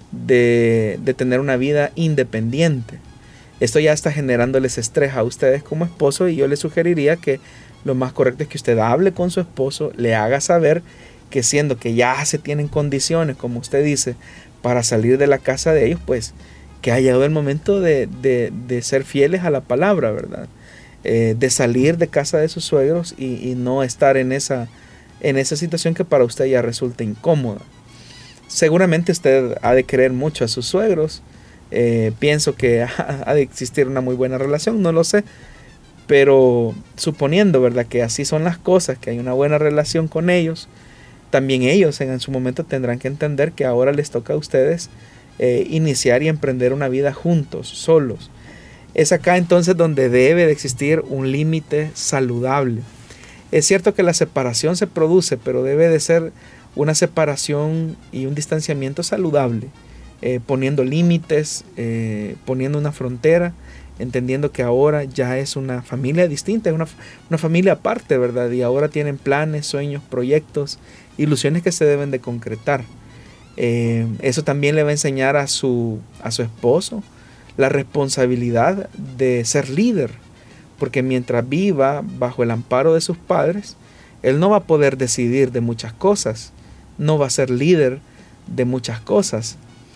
de, de tener una vida independiente. Esto ya está generándoles estrés a ustedes como esposo y yo les sugeriría que lo más correcto es que usted hable con su esposo, le haga saber que siendo que ya se tienen condiciones, como usted dice, para salir de la casa de ellos, pues que ha llegado el momento de, de, de ser fieles a la palabra, ¿verdad? Eh, de salir de casa de sus suegros y, y no estar en esa, en esa situación que para usted ya resulta incómoda. Seguramente usted ha de querer mucho a sus suegros, eh, pienso que ha, ha de existir una muy buena relación, no lo sé, pero suponiendo, ¿verdad?, que así son las cosas, que hay una buena relación con ellos, también ellos en, en su momento tendrán que entender que ahora les toca a ustedes eh, iniciar y emprender una vida juntos, solos. Es acá entonces donde debe de existir un límite saludable. Es cierto que la separación se produce, pero debe de ser una separación y un distanciamiento saludable, eh, poniendo límites, eh, poniendo una frontera, entendiendo que ahora ya es una familia distinta, es una, una familia aparte, ¿verdad? Y ahora tienen planes, sueños, proyectos, ilusiones que se deben de concretar. Eh, eso también le va a enseñar a su, a su esposo la responsabilidad de ser líder, porque mientras viva bajo el amparo de sus padres, él no va a poder decidir de muchas cosas, no va a ser líder de muchas cosas.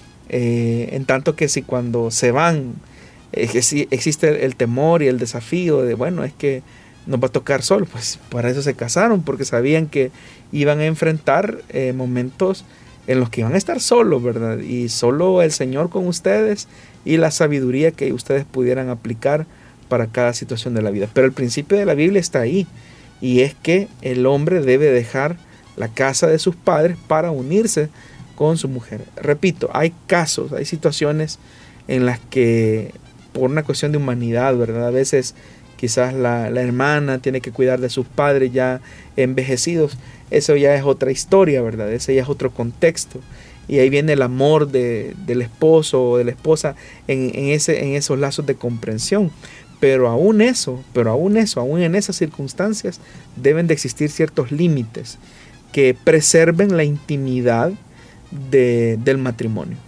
Eh, en tanto que si cuando se van, eh, que si existe el temor y el desafío de, bueno, es que nos va a tocar solo, pues para eso se casaron, porque sabían que iban a enfrentar eh, momentos en los que iban a estar solos, ¿verdad? Y solo el Señor con ustedes y la sabiduría que ustedes pudieran aplicar para cada situación de la vida. Pero el principio de la Biblia está ahí, y es que el hombre debe dejar la casa de sus padres para unirse con su mujer. Repito, hay casos, hay situaciones en las que por una cuestión de humanidad, ¿verdad? A veces quizás la, la hermana tiene que cuidar de sus padres ya envejecidos. Eso ya es otra historia, ¿verdad? Ese ya es otro contexto. Y ahí viene el amor de, del esposo o de la esposa en, en, ese, en esos lazos de comprensión. Pero aún eso, pero aún eso, aún en esas circunstancias, deben de existir ciertos límites que preserven la intimidad de, del matrimonio.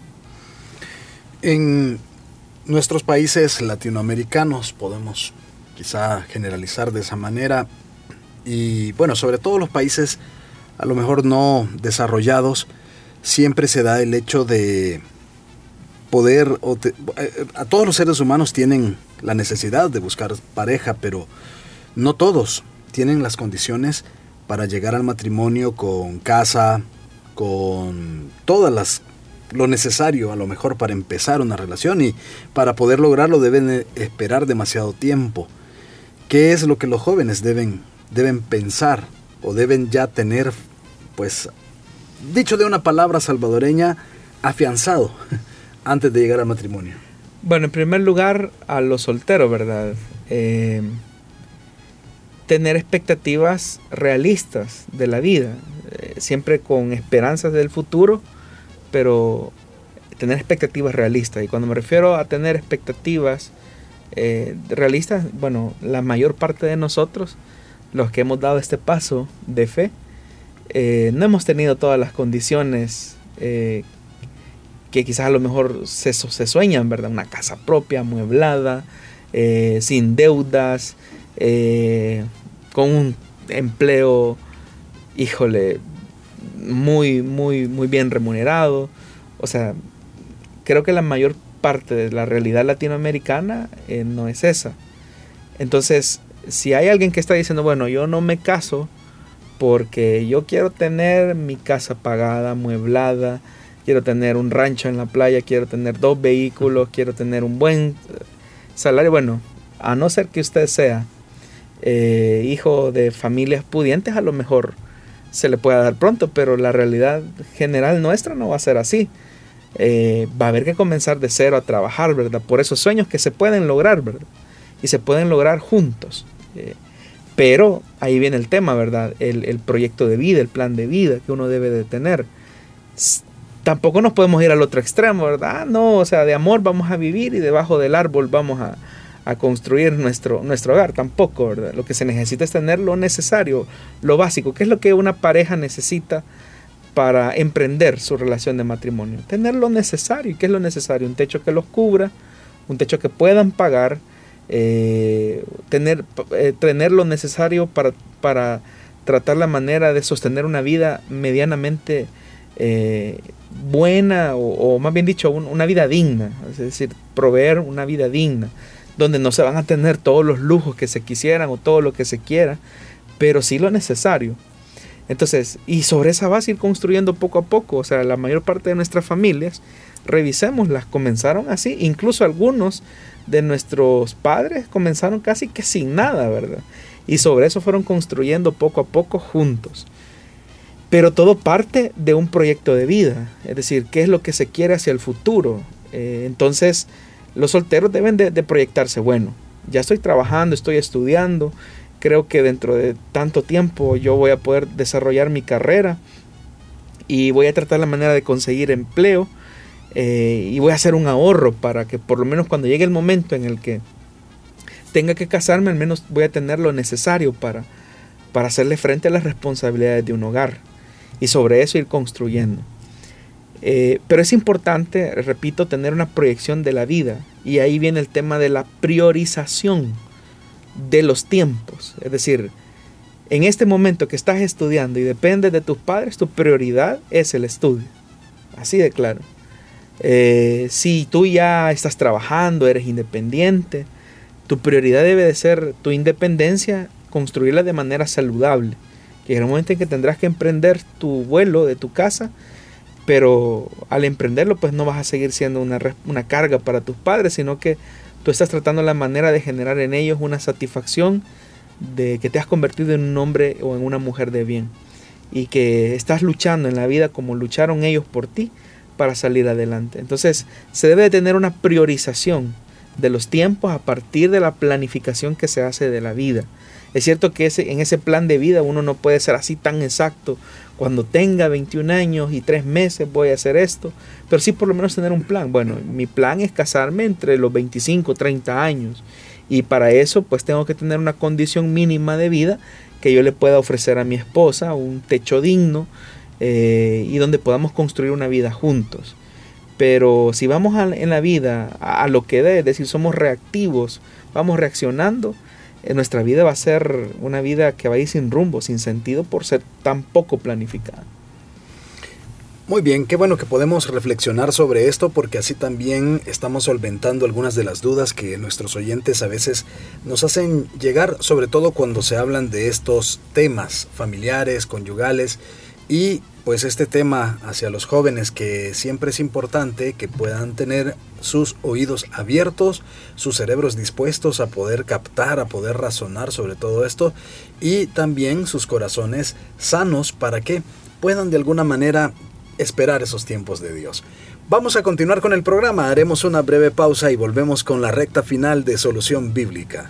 En nuestros países latinoamericanos podemos quizá generalizar de esa manera, y bueno, sobre todo los países a lo mejor no desarrollados, siempre se da el hecho de poder, o te, a todos los seres humanos tienen la necesidad de buscar pareja, pero no todos tienen las condiciones para llegar al matrimonio con casa, con todas las lo necesario a lo mejor para empezar una relación, y para poder lograrlo deben esperar demasiado tiempo. ¿Qué es lo que los jóvenes deben, deben pensar o deben ya tener, pues, dicho de una palabra salvadoreña, afianzado antes de llegar al matrimonio? Bueno, en primer lugar, a los solteros, ¿verdad? Eh, tener expectativas realistas de la vida, eh, siempre con esperanzas del futuro, pero tener expectativas realistas. Y cuando me refiero a tener expectativas eh, realistas, bueno, la mayor parte de nosotros, los que hemos dado este paso de fe, eh, no hemos tenido todas las condiciones eh, que quizás a lo mejor se, se sueñan, ¿verdad? Una casa propia, amueblada, eh, sin deudas, eh, con un empleo, híjole, muy, muy, muy bien remunerado. O sea, creo que la mayor parte de la realidad latinoamericana eh, no es esa. Entonces, si hay alguien que está diciendo, bueno, yo no me caso porque yo quiero tener mi casa pagada, amueblada, quiero tener un rancho en la playa, quiero tener dos vehículos, quiero tener un buen salario. Bueno, a no ser que usted sea eh, hijo de familias pudientes, a lo mejor se le pueda dar pronto, pero la realidad general nuestra no va a ser así. Eh, va a haber que comenzar de cero a trabajar, ¿verdad? Por esos sueños que se pueden lograr, ¿verdad? Y se pueden lograr juntos. Eh, pero ahí viene el tema, ¿verdad? El, el proyecto de vida, el plan de vida que uno debe de tener. S- tampoco nos podemos ir al otro extremo, ¿verdad? Ah, no, o sea, de amor vamos a vivir y debajo del árbol vamos a, a construir nuestro, nuestro hogar. Tampoco, ¿verdad? Lo que se necesita es tener lo necesario, lo básico. ¿Qué es lo que una pareja necesita para emprender su relación de matrimonio? Tener lo necesario. ¿Y qué es lo necesario? Un techo que los cubra, un techo que puedan pagar, eh, tener, eh, tener lo necesario para, para tratar la manera de sostener una vida medianamente eh, buena, o, o más bien dicho, un, una vida digna. Es decir, proveer una vida digna, donde no se van a tener todos los lujos que se quisieran o todo lo que se quiera, pero sí lo necesario. Entonces, y sobre esa base ir construyendo poco a poco. O sea, la mayor parte de nuestras familias, revisémoslas, comenzaron así. Incluso algunos de nuestros padres comenzaron casi que sin nada, ¿verdad? Y sobre eso fueron construyendo poco a poco juntos. Pero todo parte de un proyecto de vida. Es decir, ¿qué es lo que se quiere hacia el futuro? Eh, entonces, los solteros deben de, de proyectarse. Bueno, ya estoy trabajando, estoy estudiando. Creo que dentro de tanto tiempo yo voy a poder desarrollar mi carrera y voy a tratar la manera de conseguir empleo, eh, y voy a hacer un ahorro para que por lo menos cuando llegue el momento en el que tenga que casarme, al menos voy a tener lo necesario para, para hacerle frente a las responsabilidades de un hogar, y sobre eso ir construyendo. Eh, pero es importante, repito, tener una proyección de la vida, y ahí viene el tema de la priorización de los tiempos. Es decir, en este momento que estás estudiando y dependes de tus padres, tu prioridad es el estudio. Así de claro. Eh, si tú ya estás trabajando, eres independiente, tu prioridad debe de ser tu independencia, construirla de manera saludable. Llegará un momento en que tendrás que emprender tu vuelo de tu casa, pero al emprenderlo pues no vas a seguir siendo una, una carga para tus padres, sino que tú estás tratando la manera de generar en ellos una satisfacción de que te has convertido en un hombre o en una mujer de bien, y que estás luchando en la vida como lucharon ellos por ti para salir adelante. Entonces se debe de tener una priorización de los tiempos a partir de la planificación que se hace de la vida. Es cierto que ese, en ese plan de vida uno no puede ser así tan exacto. Cuando tenga veintiún años y tres meses voy a hacer esto, pero sí por lo menos tener un plan. Bueno, mi plan es casarme entre los veinticinco, treinta años, y para eso pues tengo que tener una condición mínima de vida que yo le pueda ofrecer a mi esposa, un techo digno, eh, y donde podamos construir una vida juntos. Pero si vamos a, en la vida a, a lo que dé, es decir, somos reactivos, vamos reaccionando, nuestra vida va a ser una vida que va a ir sin rumbo, sin sentido, por ser tan poco planificada. Muy bien, qué bueno que podemos reflexionar sobre esto, porque así también estamos solventando algunas de las dudas que nuestros oyentes a veces nos hacen llegar, sobre todo cuando se hablan de estos temas familiares, conyugales, y pues este tema hacia los jóvenes, que siempre es importante que puedan tener sus oídos abiertos, sus cerebros dispuestos a poder captar, a poder razonar sobre todo esto, y también sus corazones sanos para que puedan de alguna manera esperar esos tiempos de Dios. Vamos a continuar con el programa, haremos una breve pausa y volvemos con la recta final de Solución Bíblica.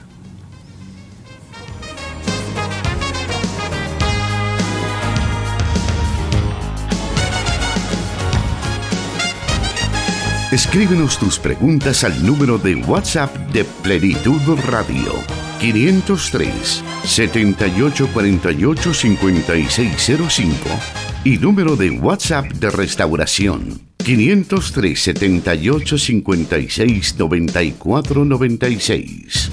Escríbenos tus preguntas al número de WhatsApp de Plenitud Radio, quinientos tres, setenta y ocho cuarenta y ocho, cincuenta y seis cero cinco, y número de WhatsApp de Restauración, quinientos tres, setenta y ocho, cincuenta y seis, noventa y cuatro noventa y seis.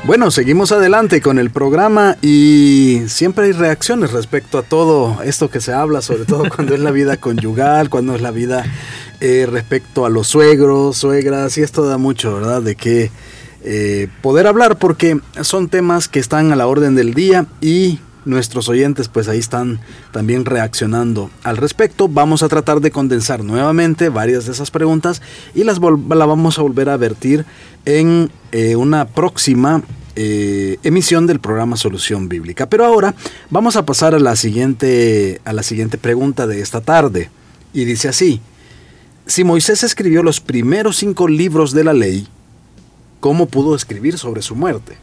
Bueno, seguimos adelante con el programa y siempre hay reacciones respecto a todo esto que se habla, sobre todo cuando es la vida conyugal, cuando es la vida eh, respecto a los suegros, suegras, y esto da mucho, ¿verdad?, de qué eh, poder hablar, porque son temas que están a la orden del día y nuestros oyentes pues ahí están también reaccionando al respecto. Vamos a tratar de condensar nuevamente varias de esas preguntas y las vol- la vamos a volver a vertir en eh, una próxima eh, emisión del programa Solución Bíblica. Pero ahora vamos a pasar a la siguiente, a la siguiente pregunta de esta tarde, y dice así: si Moisés escribió los primeros cinco libros de la ley, ¿cómo pudo escribir sobre su muerte?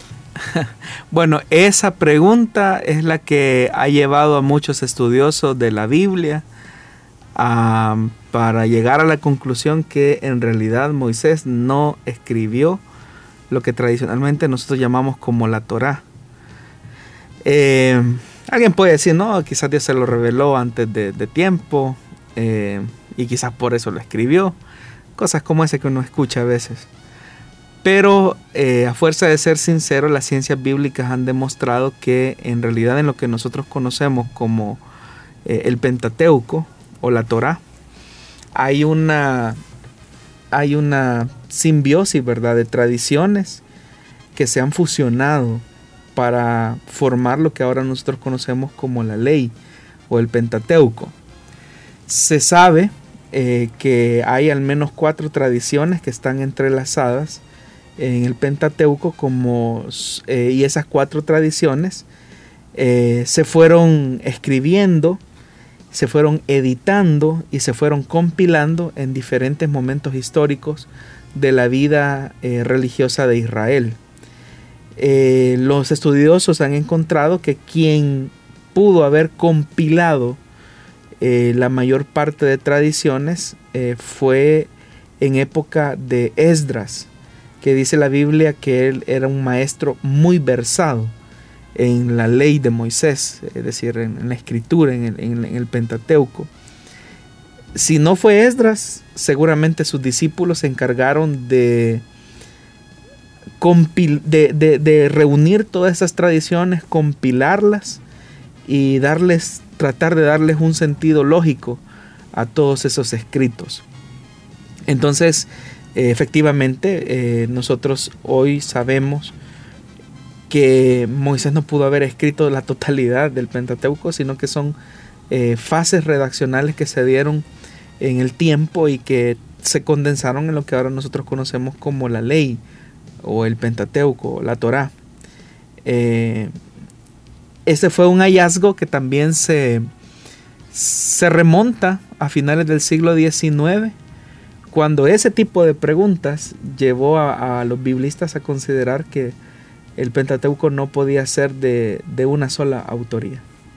Bueno, esa pregunta es la que ha llevado a muchos estudiosos de la Biblia a, para llegar a la conclusión que en realidad Moisés no escribió lo que tradicionalmente nosotros llamamos como la Torá. Eh, alguien puede decir, no, quizás Dios se lo reveló antes de, de tiempo eh, y quizás por eso lo escribió. Cosas como esa que uno escucha a veces. Pero eh, a fuerza de ser sincero, las ciencias bíblicas han demostrado que en realidad en lo que nosotros conocemos como eh, el Pentateuco o la Torá, hay una, hay una simbiosis, ¿verdad?, de tradiciones que se han fusionado para formar lo que ahora nosotros conocemos como la ley o el Pentateuco. Se sabe eh, que hay al menos cuatro tradiciones que están entrelazadas en el Pentateuco, como, eh, y esas cuatro tradiciones eh, se fueron escribiendo, se fueron editando y se fueron compilando en diferentes momentos históricos de la vida eh, religiosa de Israel. Eh, los estudiosos han encontrado que quien pudo haber compilado eh, la mayor parte de tradiciones eh, fue en época de Esdras, que dice la Biblia que él era un maestro muy versado en la ley de Moisés, es decir, en, en la escritura, en el, en, en el Pentateuco. Si no fue Esdras, seguramente sus discípulos se encargaron de, compil, de, de, de reunir todas esas tradiciones, compilarlas y darles, tratar de darles un sentido lógico a todos esos escritos. Entonces, efectivamente, eh, nosotros hoy sabemos que Moisés no pudo haber escrito la totalidad del Pentateuco, sino que son eh, fases redaccionales que se dieron en el tiempo y que se condensaron en lo que ahora nosotros conocemos como la ley o el Pentateuco, la Torá. Eh, ese fue un hallazgo que también se, se remonta a finales del siglo diecinueve, cuando ese tipo de preguntas llevó a, a los biblistas a considerar que el Pentateuco no podía ser de, de una sola autoría.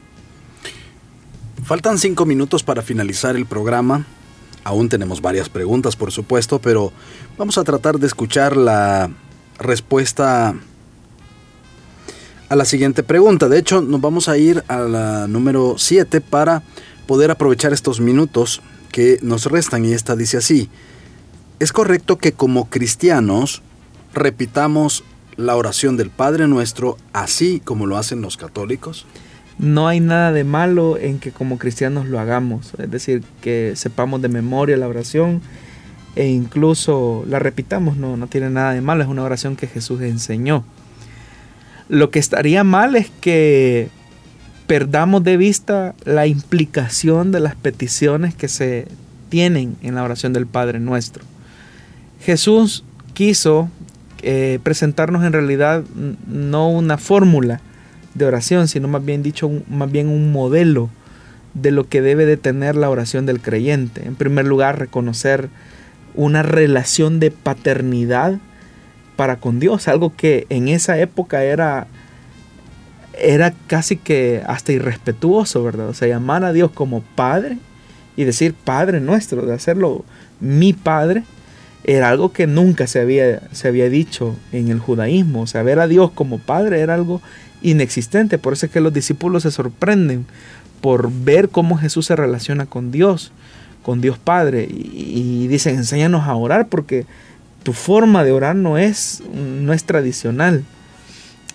Faltan cinco minutos para finalizar el programa. Aún tenemos varias preguntas, por supuesto, pero vamos a tratar de escuchar la respuesta a la siguiente pregunta. De hecho, nos vamos a ir a la número siete para poder aprovechar estos minutos que nos restan, y esta dice así: ¿es correcto que como cristianos repitamos la oración del Padre Nuestro así como lo hacen los católicos? No hay nada de malo en que como cristianos lo hagamos, es decir, que sepamos de memoria la oración e incluso la repitamos, no, no tiene nada de malo, es una oración que Jesús enseñó. Lo que estaría mal es que perdamos de vista la implicación de las peticiones que se tienen en la oración del Padre Nuestro. Jesús quiso eh, presentarnos en realidad no una fórmula de oración, sino más bien dicho, un, más bien un modelo de lo que debe de tener la oración del creyente. En primer lugar, reconocer una relación de paternidad para con Dios, algo que en esa época era era casi que hasta irrespetuoso, ¿verdad? O sea, llamar a Dios como Padre y decir Padre Nuestro, de hacerlo mi Padre, era algo que nunca se había, se había dicho en el judaísmo. O sea, ver a Dios como Padre era algo inexistente. Por eso es que los discípulos se sorprenden por ver cómo Jesús se relaciona con Dios, con Dios Padre, y, y dicen, enséñanos a orar, porque tu forma de orar no es, no es tradicional.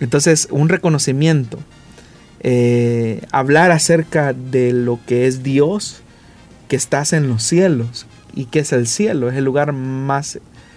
Entonces, un reconocimiento, eh, hablar acerca de lo que es Dios, que estás en los cielos. ¿Y qué es el cielo? Es el lugar más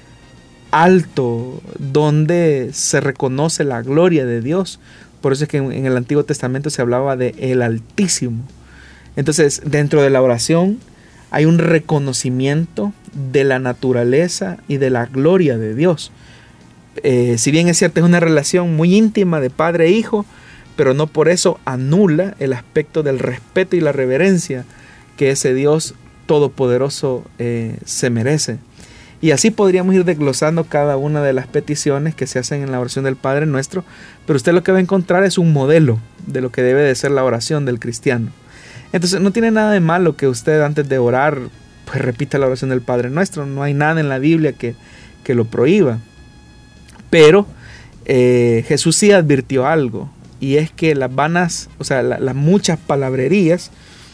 alto donde se reconoce la gloria de Dios. Por eso es que en el Antiguo Testamento se hablaba de el Altísimo. Entonces, dentro de la oración hay un reconocimiento de la naturaleza y de la gloria de Dios. Eh, si bien es cierto, es una relación muy íntima de padre e hijo, pero no por eso anula el aspecto del respeto y la reverencia que ese Dios todopoderoso eh, se merece. Y así podríamos ir desglosando cada una de las peticiones que se hacen en la oración del Padre Nuestro, pero usted lo que va a encontrar es un modelo de lo que debe de ser la oración del cristiano. Entonces no tiene nada de malo que usted antes de orar pues repita la oración del Padre Nuestro. No hay nada en la Biblia que, que lo prohíba. Pero eh, Jesús sí advirtió algo, y es que las vanas, o sea, la, las muchas palabrerías,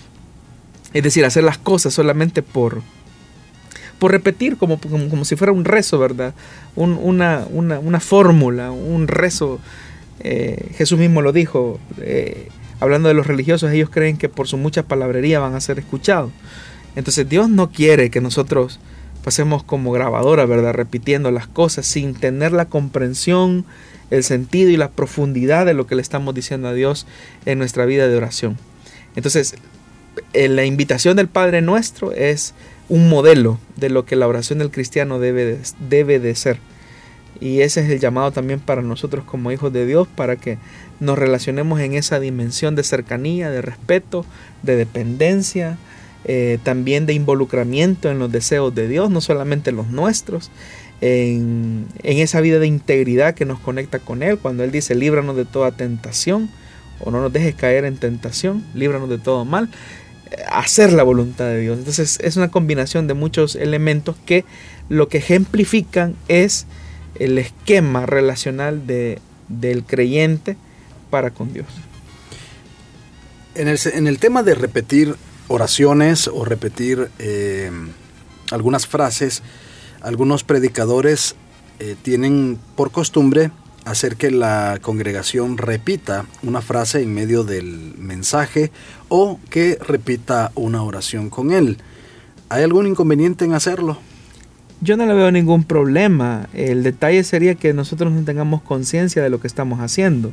es decir, hacer las cosas solamente por, por repetir, como, como, como si fuera un rezo, ¿verdad? Un, una, una, una fórmula, un rezo. Eh, Jesús mismo lo dijo, eh, hablando de los religiosos, ellos creen que por su mucha palabrería van a ser escuchados. Entonces Dios no quiere que nosotros pasemos como grabadora, ¿verdad? Repitiendo las cosas sin tener la comprensión, el sentido y la profundidad de lo que le estamos diciendo a Dios en nuestra vida de oración. Entonces, la invitación del Padre Nuestro es un modelo de lo que la oración del cristiano debe de, debe de ser. Y ese es el llamado también para nosotros como hijos de Dios, para que nos relacionemos en esa dimensión de cercanía, de respeto, de dependencia, eh, también de involucramiento en los deseos de Dios, no solamente los nuestros, en, en esa vida de integridad que nos conecta con Él, cuando Él dice líbranos de toda tentación, o no nos dejes caer en tentación, líbranos de todo mal, hacer la voluntad de Dios. Entonces es una combinación de muchos elementos que lo que ejemplifican es el esquema relacional de, del creyente para con Dios. En el, en el tema de repetir oraciones o repetir eh, algunas frases, algunos predicadores eh, tienen por costumbre hacer que la congregación repita una frase en medio del mensaje o que repita una oración con él. ¿Hay algún inconveniente en hacerlo? Yo no le veo ningún problema. El detalle sería que nosotros no tengamos conciencia de lo que estamos haciendo.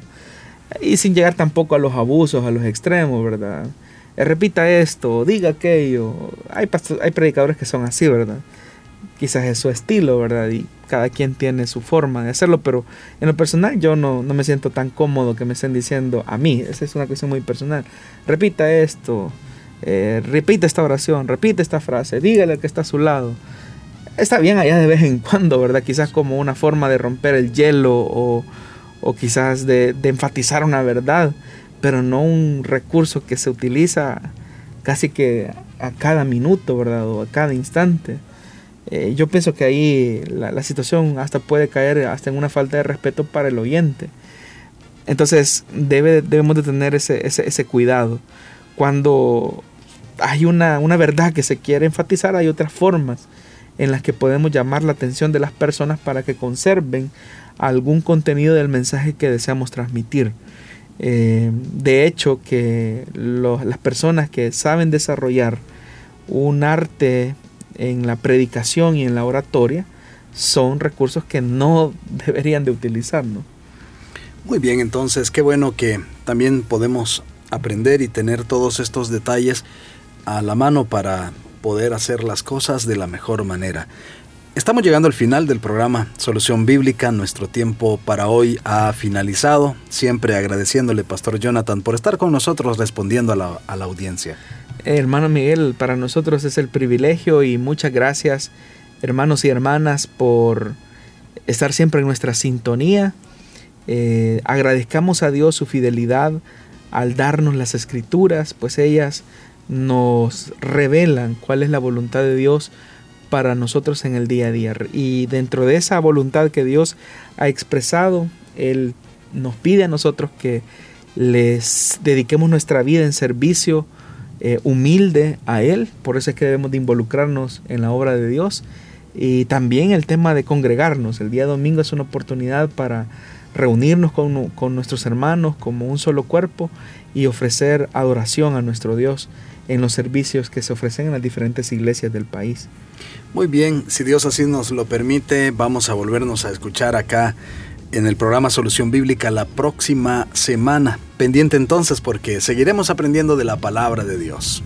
Y sin llegar tampoco a los abusos, a los extremos, ¿verdad? Eh, repita esto, diga aquello. Hay, hay predicadores que son así, ¿verdad? Quizás es su estilo, ¿verdad? Y cada quien tiene su forma de hacerlo, pero en lo personal yo no, no me siento tan cómodo que me estén diciendo a mí. Esa es una cuestión muy personal. Repita esto, eh, repita esta oración, repita esta frase, dígale al que está a su lado. Está bien allá de vez en cuando, ¿verdad? Quizás como una forma de romper el hielo o, o quizás de, de enfatizar una verdad, pero no un recurso que se utiliza casi que a cada minuto, ¿verdad? O a cada instante. Eh, yo pienso que ahí la, la situación hasta puede caer hasta en una falta de respeto para el oyente. Entonces debe, debemos de tener ese, ese, ese cuidado. Cuando hay una, una verdad que se quiere enfatizar, hay otras formas en las que podemos llamar la atención de las personas para que conserven algún contenido del mensaje que deseamos transmitir. Eh, de hecho, que los, las personas que saben desarrollar un arte en la predicación y en la oratoria son recursos que no deberían de utilizar, ¿no? Muy bien, entonces qué bueno que también podemos aprender y tener todos estos detalles a la mano para poder hacer las cosas de la mejor manera. Estamos llegando al final del programa Solución Bíblica. Nuestro tiempo para hoy ha finalizado. Siempre agradeciéndole, Pastor Jonathan, por estar con nosotros respondiendo a la, a la audiencia. Hermano Miguel, para nosotros es el privilegio y muchas gracias, hermanos y hermanas, por estar siempre en nuestra sintonía. Eh, agradezcamos a Dios su fidelidad al darnos las escrituras, pues ellas nos revelan cuál es la voluntad de Dios para nosotros en el día a día. Y dentro de esa voluntad que Dios ha expresado, Él nos pide a nosotros que les dediquemos nuestra vida en servicio eh, humilde a Él. Por eso es que debemos de involucrarnos en la obra de Dios. Y también el tema de congregarnos. El día domingo es una oportunidad para reunirnos con, con nuestros hermanos como un solo cuerpo y ofrecer adoración a nuestro Dios en los servicios que se ofrecen en las diferentes iglesias del país. Muy bien, si Dios así nos lo permite, vamos a volvernos a escuchar acá en el programa Solución Bíblica la próxima semana. Pendiente entonces, porque seguiremos aprendiendo de la palabra de Dios.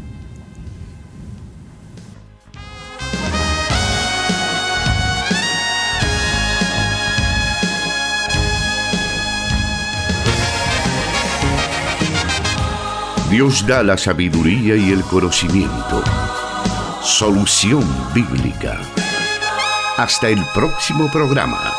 Dios da la sabiduría y el conocimiento. Solución Bíblica. Hasta el próximo programa.